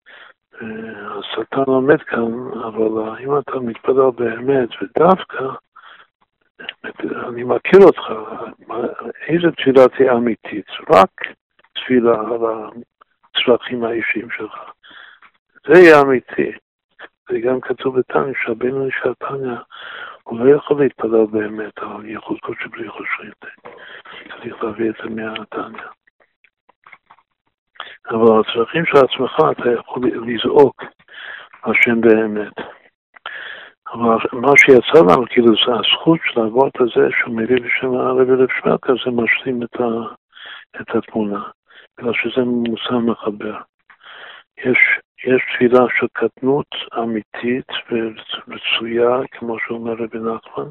השטן עומד כאן, אבל אם אתה מתפלל באמת ודווקא, אני מכיר אותך, איזה תפילה תהיה אמיתית, רק תפילה על הצרכים האישיים שלך. זה יהיה אמיתי. וגם כתוב בתניא, שהבינוני של תניא, הוא לא יכול להתפלל באמת על ייחוד קודשא בריך ושרית. צריך להביא את זה מהתניא. אבל הצרכים של עצמך אתה יכול לזעוק השם באמת. אבל מה שיצא לנו, כאילו זה הזכות של העבוד הזה, שהוא מביא בשם הרבי רב שמעקה, זה משלים את התמונה. בגלל שזה מושא מחבר. יש תפילה של קטנות אמיתית ורצויה, כמו שאומר רבי נחמן,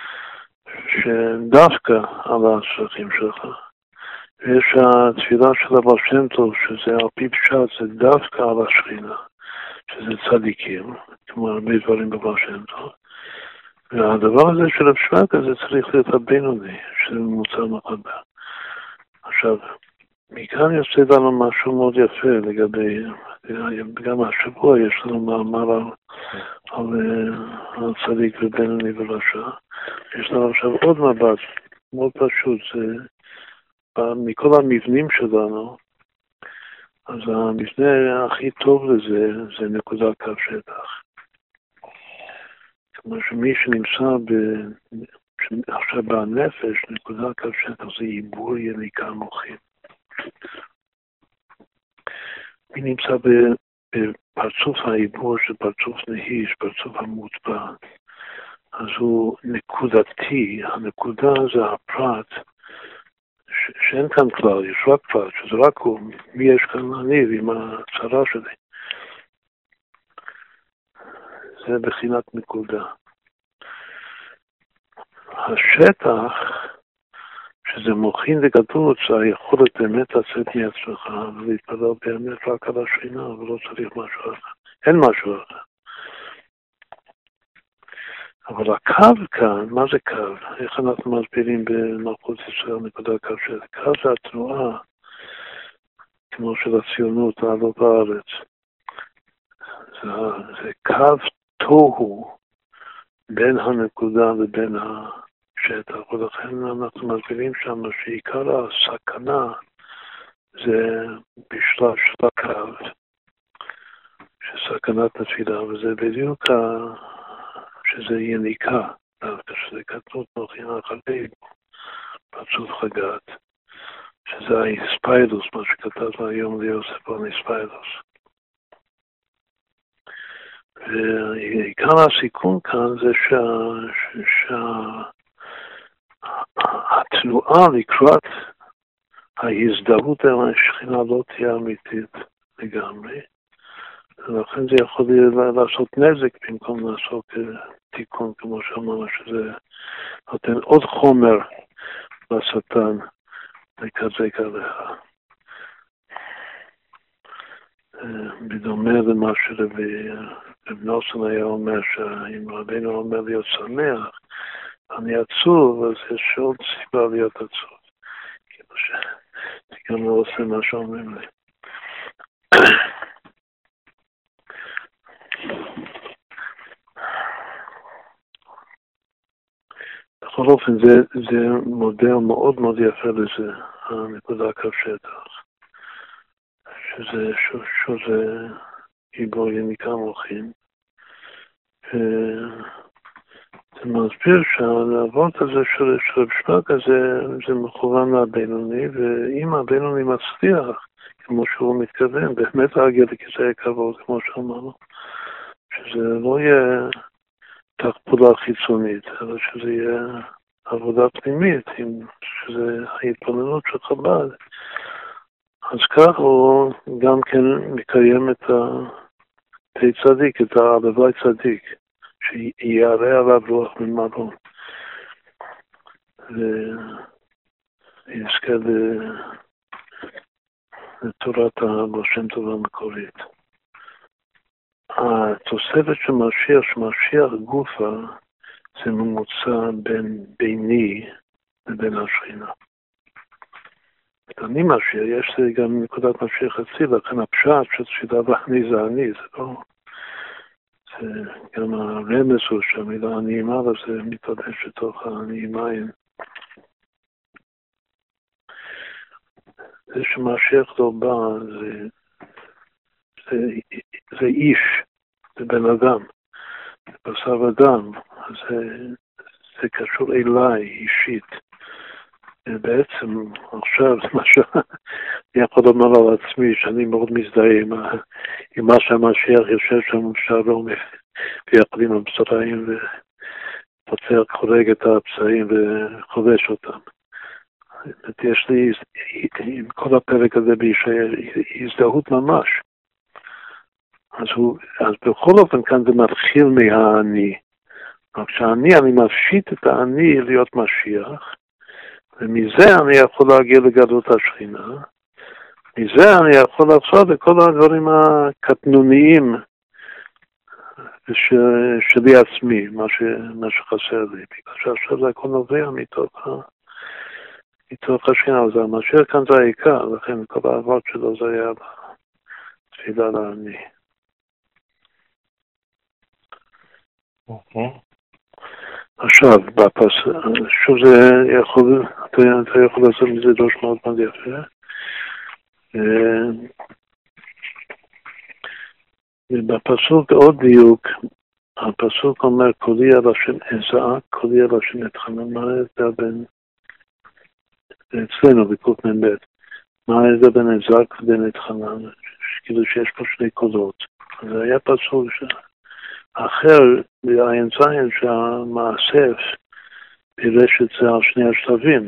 שדווקא על הצרכים שלך. ויש התפילה של הבעל שם טוב, שזה על פי פשט, זה דווקא על השכינה, שזה צדיקים, כמו הרבה דברים בבעל שם טוב. והדבר הזה של רב שמעקה, זה צריך להיות הבינוני, שזה מוצא מחבר. עכשיו, מכאן יוצא לנו משהו מאוד יפה לגבי, גם השבוע יש לנו מאמר על צדיק ובינוני ורשע. יש לנו עכשיו עוד מבט מאוד פשוט, זה מכל המבנים שלנו, אז המבנה הכי טוב לזה זה נקודה קו שטח. כמו שמי שנמצא עכשיו בנפש, נקודה קו שטח זה עיבור יניקה מוחית. מי נמצא בפרצוף העיבור של פרצוף נהיש, פרצוף המוטבע, אז הוא נקודתי, הנקודה זה הפרט, שאין כאן כלל, יש רק פרט, שזה רק הוא, מי יש כאן אני ועם הצרה שלי. זה בחינת נקודה. השטח, שזה מוחין וגדות, זה היכולת באמת לצאת מעצמך ולהתפלל באמת רק על השכינה, ולא צריך משהו אחר. אין משהו אחר. אבל הקו כאן, מה זה קו? איך אנחנו מסבירים במלכות ישראל נקודה קו של קו זה התנועה, כמו של הציונות, לעלות בארץ. זה קו תוהו בין הנקודה ובין השטח, ולכן אנחנו מסבירים שם שעיקר הסכנה זה בשלב של הקו, שסכנת נפילה, וזה בדיוק שזה יניקה, דווקא שזה קטנות מוכין החלטים, פרצוף חגת, שזה האיספיילוס, מה שכתב היום ליוסף על איספיילוס. ועיקר הסיכון כאן זה שהתנועה לקראת ההזדהות עם השכינה לא תהיה אמיתית לגמרי. ולכן זה יכול לעשות נזק במקום לעשות תיקון, כמו שאמרנו, שזה נותן עוד חומר לשטן לקזק עליך. בדומה למה שרבי נוסון היה אומר, שאם רבינו אומר להיות שמח, אני עצוב, אז יש עוד סיבה להיות עצוב. כאילו שאני גם לא עושה מה שאומרים לי. בכל אופן, זה מודל מאוד מאוד יפה לזה, הנקודה קו שטח. שזה עיבור יניקה מוחין. זה מסביר שהעבוד הזה של רב שמעקה זה מכוון לבינוני, ואם הבינוני מצליח, כמו שהוא מתכוון, באמת להגיע לכיסא הכבוד, כמו שאמרנו, שזה לא יהיה תחבולה חיצונית, אלא שזה יהיה עבודה פנימית, שזה ההתפוננות של חב"ד. אז כך הוא גם כן מקיים את תהי צדיק, את הלוואי צדיק, שיערה עליו רוח ממרום, ויזכה לתורת השם טוב המקורית. התוספת של משיח, שמשיח גופה, זה ממוצע ביני לבין השכינה. אני משיח, יש גם נקודת משיח אציל, לכן הפשט שתפילה ואני זה אני, זה לא... זה גם הרמז הוא שהמילה הנעימה, וזה מתלבש לתוך הנעימיים. זה שמשיח לא בא, זה איש, זה בן אדם, זה בשר אדם, זה קשור אליי אישית. בעצם עכשיו מה שאני יכול לומר על עצמי, שאני מאוד מזדהה עם מה שהמשיח יושב שם בשערום ביחד עם הבשריים ופוצח חורג את הפצעים וחובש אותם. יש לי עם כל הפרק הזה הזדהות ממש. אז בכל אופן כאן זה מתחיל מהאני. רק שאני מפשיט את האני להיות משיח, ומזה אני יכול להגיע לגדלות השכינה, מזה אני יכול לעשות את כל הדברים הקטנוניים שלי עצמי, מה שחסר לי, בגלל שעכשיו זה הכל נובע מתוך השכינה, אז המשיח כאן זה העיקר, לכן כל העבוד שלו זה היה תפילה לאני. עכשיו, שוב זה יכול, אתה יכול לעשות מזה דוש מאוד מאוד יפה. ובפסוק עוד דיוק, הפסוק אומר, קולי על השם אזעק, קולי על השם אתחנן, מה ההבדל בין, אצלנו בקוף מ"ב, מה ההבדל בין אזעק ובין אתחנן, כאילו שיש פה שני קולות. זה היה פסוק אחר בעין זין שהמאסף פירש את זה על שני השלבים.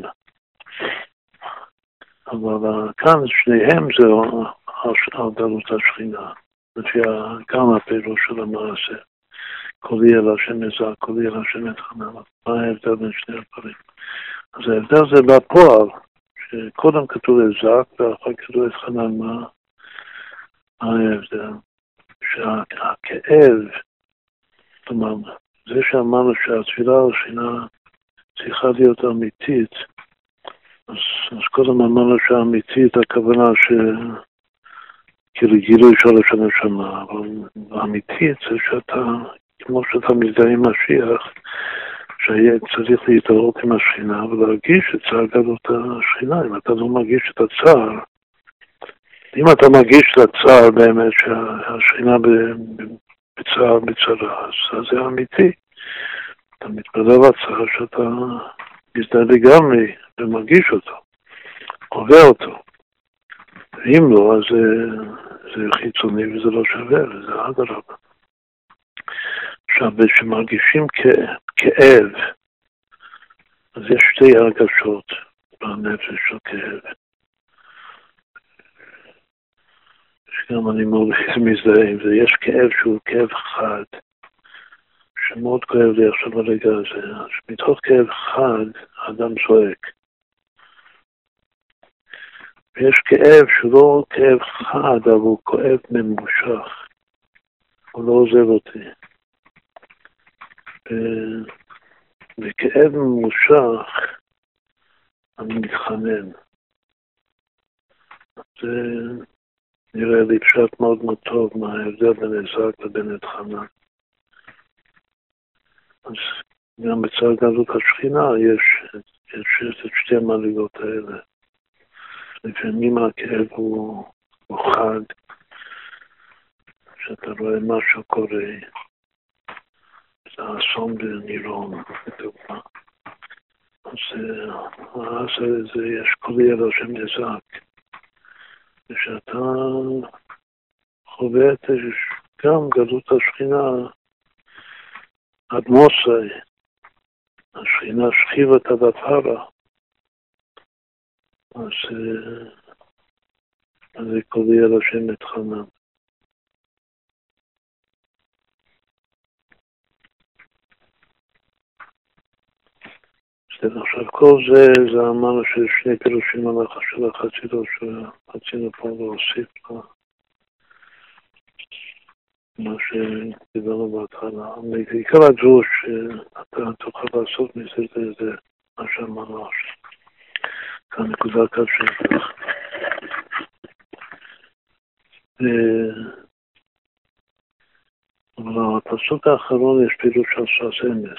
אבל כאן שניהם זה על דלות השכינה, לפי גם הפירוש של המאסף. קולי על השם אזעק, קולי על השם אתחנן. מה ההבדל בין שני הדברים? אז ההבדל זה בפועל, שקודם כתוב אזעק ואחר כתוב אתחנן. מה ההבדל? שהכאב, כלומר, זה שאמרנו שהתפילה השכינה צריכה להיות אמיתית, אז קודם אמרנו שהאמיתית הכוונה כאילו גילוי שורש הנשמה, אבל האמיתית זה שאתה, כמו שאתה מזדהה עם משיח, שצריך להתערות עם השכינה ולהרגיש את צער גדלות השכינה. אם אתה לא מרגיש את הצער, אם אתה מרגיש את הצער באמת שהשכינה בצער בצרה, אז זה אמיתי. אתה מתפלל לצער שאתה מזדהה לגמרי ומרגיש אותו, קובע אותו. ואם לא, אז זה חיצוני וזה לא שווה, וזה אדרבה. עכשיו, כשמרגישים כאב, אז יש שתי הרגשות בנפש של כאב. שגם אני מאוד מזדהה עם זה. יש כאב שהוא כאב חד, שמאוד כואב לי עכשיו ברגע הזה. אז מתוך כאב חד, האדם זועק. ויש כאב שהוא לא כאב חד, אבל הוא כואב ממושך. הוא לא עוזב אותי. וכאב ממושך, אני מתחנן. זה נראה לי פשט מאוד מאוד טוב מה ההבדל בין אזעק לבין אתחנן. אז גם בצער גדלות השכינה יש את שתי המדרגות האלה. לפעמים הכאב הוא חד, שאתה רואה משהו קורה, זה האסון בנירון, לדוגמה. אז יש קולי על השם אזעק. ושאתה חווה את גם גדלות השכינה עד מוסי, השכינה שכיבת עד הפרה, אז זה קולי על השם מתחנן. עכשיו כל זה אמרנו ששני פירושים על של החסידות שרצינו פה להוסיף מה שדיברנו בהתחלה. בעיקר הדרוש שאתה תוכל לעשות מזה זה מה שאמרנו עכשיו. כאן נקודה קשה. אבל בפסוק האחרון יש פירוש של ש"ס אמס.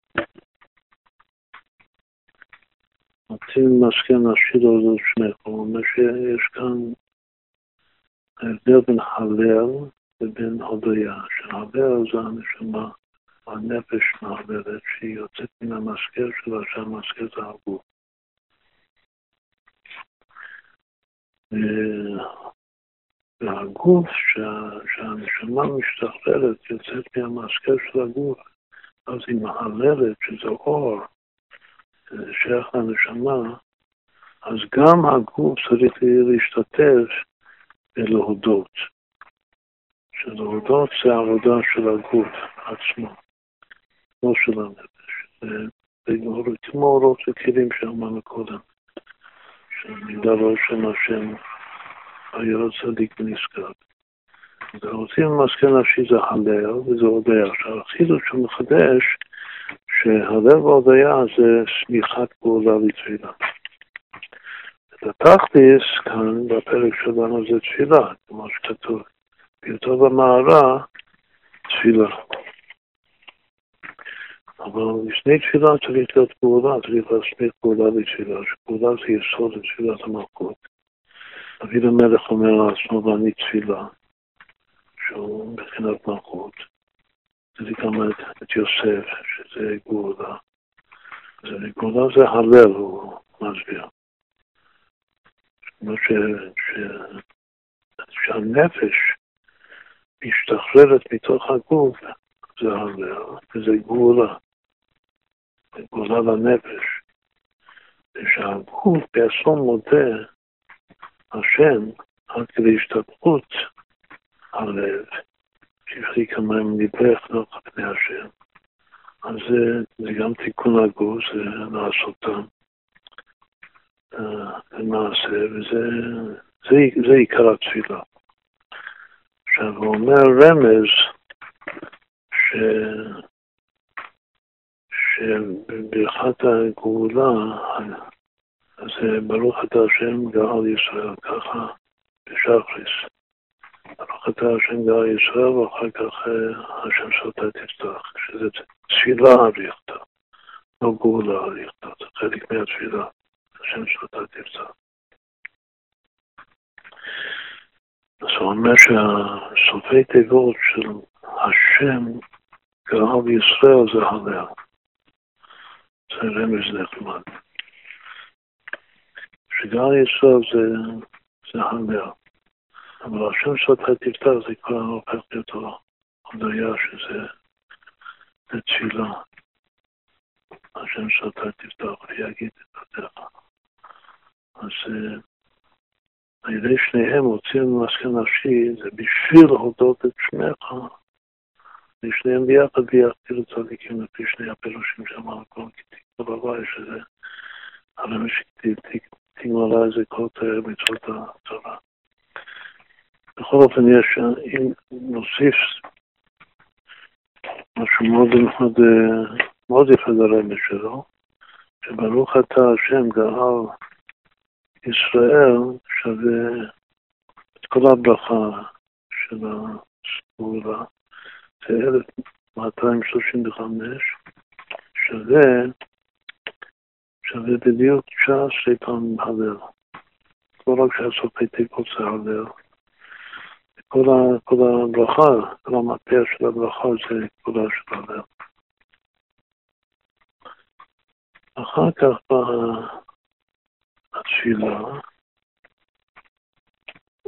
רוצים מסכים להשאיר עוד שניכם, הוא אומר שיש כאן ההבדל בין הלל ובין הודיה, שההלל זה הנשמה, הנפש מהבלת שהיא יוצאת מן המזכר שלה, שהמזכר זה הגוף. והגוף שהנשמה משתחררת, יוצאת מהמזכר של הגוף, אז היא מהללת, שזה אור, זה שייך לנשמה, אז גם הגוף צריך להשתתף ולהודות. שלהודות זה העבודה של הגוף עצמו, לא של הנפש. זה כמו אורות וכלים שאמרנו קודם, שמידה לא שם השם, היה צדיק ונזכר. ורוצים למסכן נפשי זה הלל וזה הודיה. עכשיו, החידוש שמחדש, שהלל והודיה זה סמיכת פעולה לתפילה. את התכלס כאן בפרק שלנו זה תפילה, כמו שכתוב. יותר במערה, תפילה. אבל לפני תפילה צריך להיות פעולה, צריך להסמיך פעולה לתפילה, שפעולה זה יסוד לתפילת המלכות. דוד המלך אומר לעצמו, ואני תפילה, שהוא מבחינת מלכות. זה גם את יוסף, שזה גאולה. גאולה זה הלל, הוא מסביר. זאת שהנפש משתחררת מתוך הגוף, זה הלל, וזה גאולה. זה גאולה לנפש. ושהגוף בעצמו מודה השם עד כדי השתפרות הלב, שהחליק המים נברך נוח פני השם. אז זה גם תיקון הגוף, זה לעשותם למעשה, וזה עיקר התפילה. עכשיו הוא אומר רמז שברכת הגאולה זה ברוך אתה השם גאל ישראל, ככה בשחריס. ברוך אתה השם גאל ישראל ואחר כך השם סוטה תפתח, שזה תפילה אריכתה, לא גאולה אריכתה, זה חלק מהתפילה, השם סוטה תפתח. אז הוא אומר שהסופי תיבות של השם גאל ישראל זה הלל. זה רמז נחמד. שגאל ישראל זה הלל. אבל השם סוטה תפתח זה כבר הופך אותו הודיה שזה תפילה. השם סוטה תפתח ויגיד את הדרך. אז על ידי שניהם רוצים למסכן נפשי, זה בשביל להודות את שמך. ושניהם ביחד ביחד צדיקים לפי שני הפירושים שאמרנו כל כתיק בבית שזה הרי תגמלה זה כל תאר מצוות התורה. בכל אופן יש, אם נוסיף משהו מאוד יפה לרמז שלו, שברוך אתה השם גאל ישראל שווה את כל הברכה של הסגולה, זה 1235, שווה בדיוק שעה פעם הלל. לא רק שהסופי תיבות זה הלל. כל הברכה, כל המטבע של הברכה זה כולה של הלל. אחר כך בתפילה,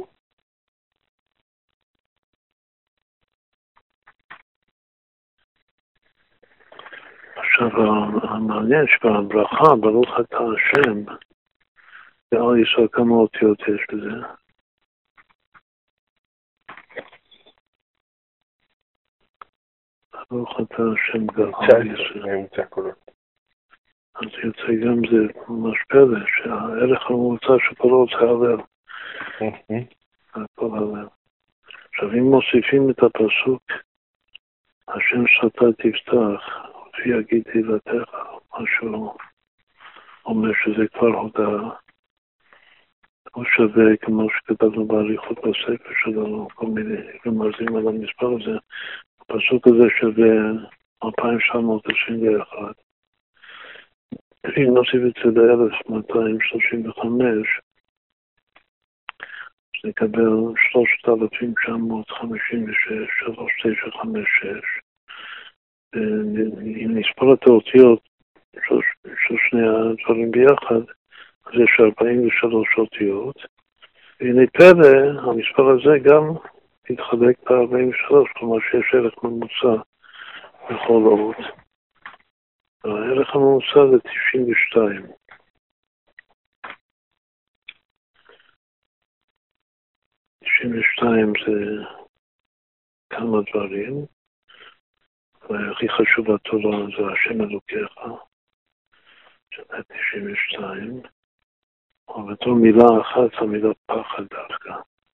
המעניין שבברכה, ברוך אתה השם, ועל ישראל כמה אותיות יש בזה. ברוך אתה השם גדול ישראל. אז יוצא גם זה ממש פלא, שהערך הממוצע של כל זה הלל. הכל הלל. עכשיו אם מוסיפים את הפסוק, השם שפת תפתח, ויגיד תהילתך, משהו אומר שזה כבר הודעה. הוא שווה, כמו שכתבנו בעריכות בספר שלנו, כל מיני רמזים על המספר הזה, הפסוק הזה שווה 2,721. אם נוסיף את זה ל-1235, אז נקבל 3,956, 3,956. אם נספור את האותיות של שני הדברים ביחד, אז יש 43 אותיות. והנה פלא, המספר הזה גם יתחלק ב-43, כלומר שיש ערך ממוצע בכל אות. הערך הממוצע זה 92. זה כמה דברים. והכי חשוב בתורה זה השם אלוקיך, שזה 92. אבל בתור מילה אחת, המילה פחד דווקא.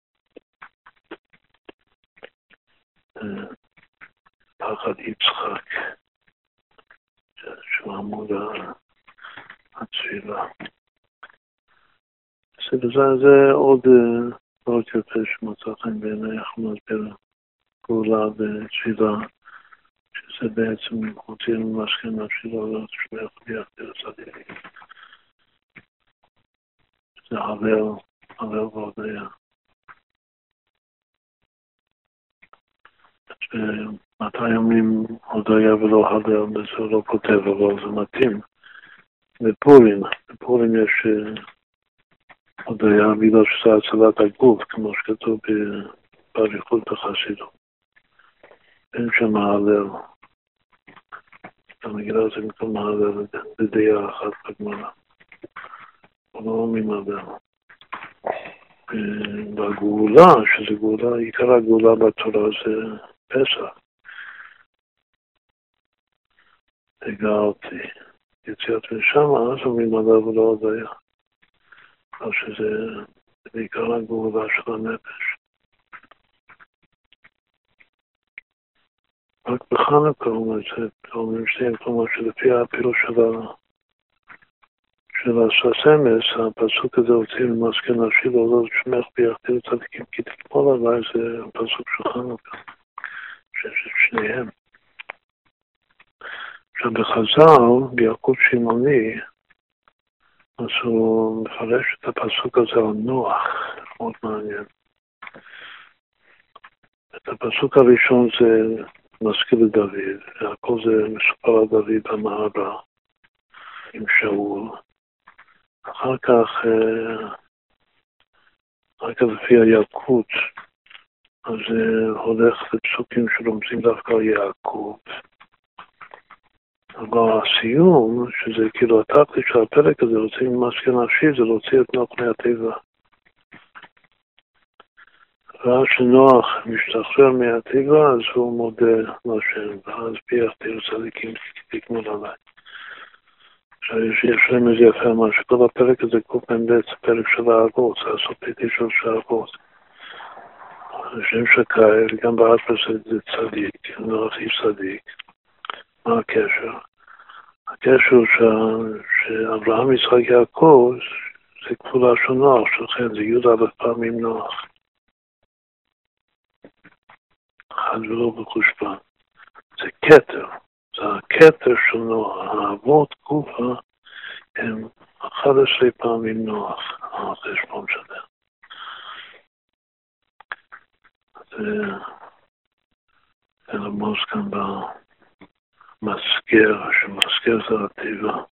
פחד יצחק, שהוא עמוד התפילה. זה עוד יפה שמצא חן בעיני, אנחנו נסביר פעולה בתפילה, שזה בעצם הוציא ממסכן התפילה, שמח ביחד הצדיק. זה הלל והודיה. 200 ימים הודיה ולא הלל, וזה לא כותב, אבל זה מתאים. בפורים יש הודיה בגלל שזה הצלת הגוף, כמו שכתוב בעריכות בחסידות. אין שם הלל. המגילה זה מקום הלל בדעה אחת בגמרא. לא אומרים הלל. בגאולה, שזה גאולה, עיקר הגאולה בתורה זה פסח. הגעתי יציאת משם, אז אומרים הלל ולא הודיה. אז שזה בעיקר הגאולה של הנפש. רק בחנוכה אומרים שתיים, כלומר שלפי הפילוש של הסמס, הפסוק הזה הוציא ממסכן השיר, לא שמח ביחד צדיקים כי תקמול עליי, זה הפסוק של חנוכה, שיש את שניהם. עכשיו בחז"ל, ביעקב שמעוני, אז הוא מפרש את הפסוק הזה על נוח, מאוד מעניין. את הפסוק הראשון זה מזכיר לדוד, והכל זה מסופר על דוד במערה עם שאול. אחר כך לפי הילקוט, אז הולך לפסוקים שלומדים דווקא על יעקב. אבל הסיום, שזה כאילו התכלית של הפרק הזה, להוציא ממסכן השיר, זה להוציא את נוח מהטבע. ואז שנוח משתחרר מהטבע, אז הוא מודה לשם, ואז ביח תהיו צדיקים תקמול עליי. עכשיו יש רמז יפה מה שכל הפרק הזה קופן בעצם פרק של האבות, זה הסופטי של האבות. השם שקאי, וגם בארץ זה צדיק, נוח היא צדיק. מה הקשר? הקשר שאברהם יצחק יעקב זה כפולה של נוח, שלכן זה י' פעמים נוח. אחד ולא בחושבן. זה כתר, זה הכתר של נוח. האבות גופה הם 11 פעמים נוח, החשבון שלהם. זה רמוז כאן במסגר, שמסגר זה הטבע.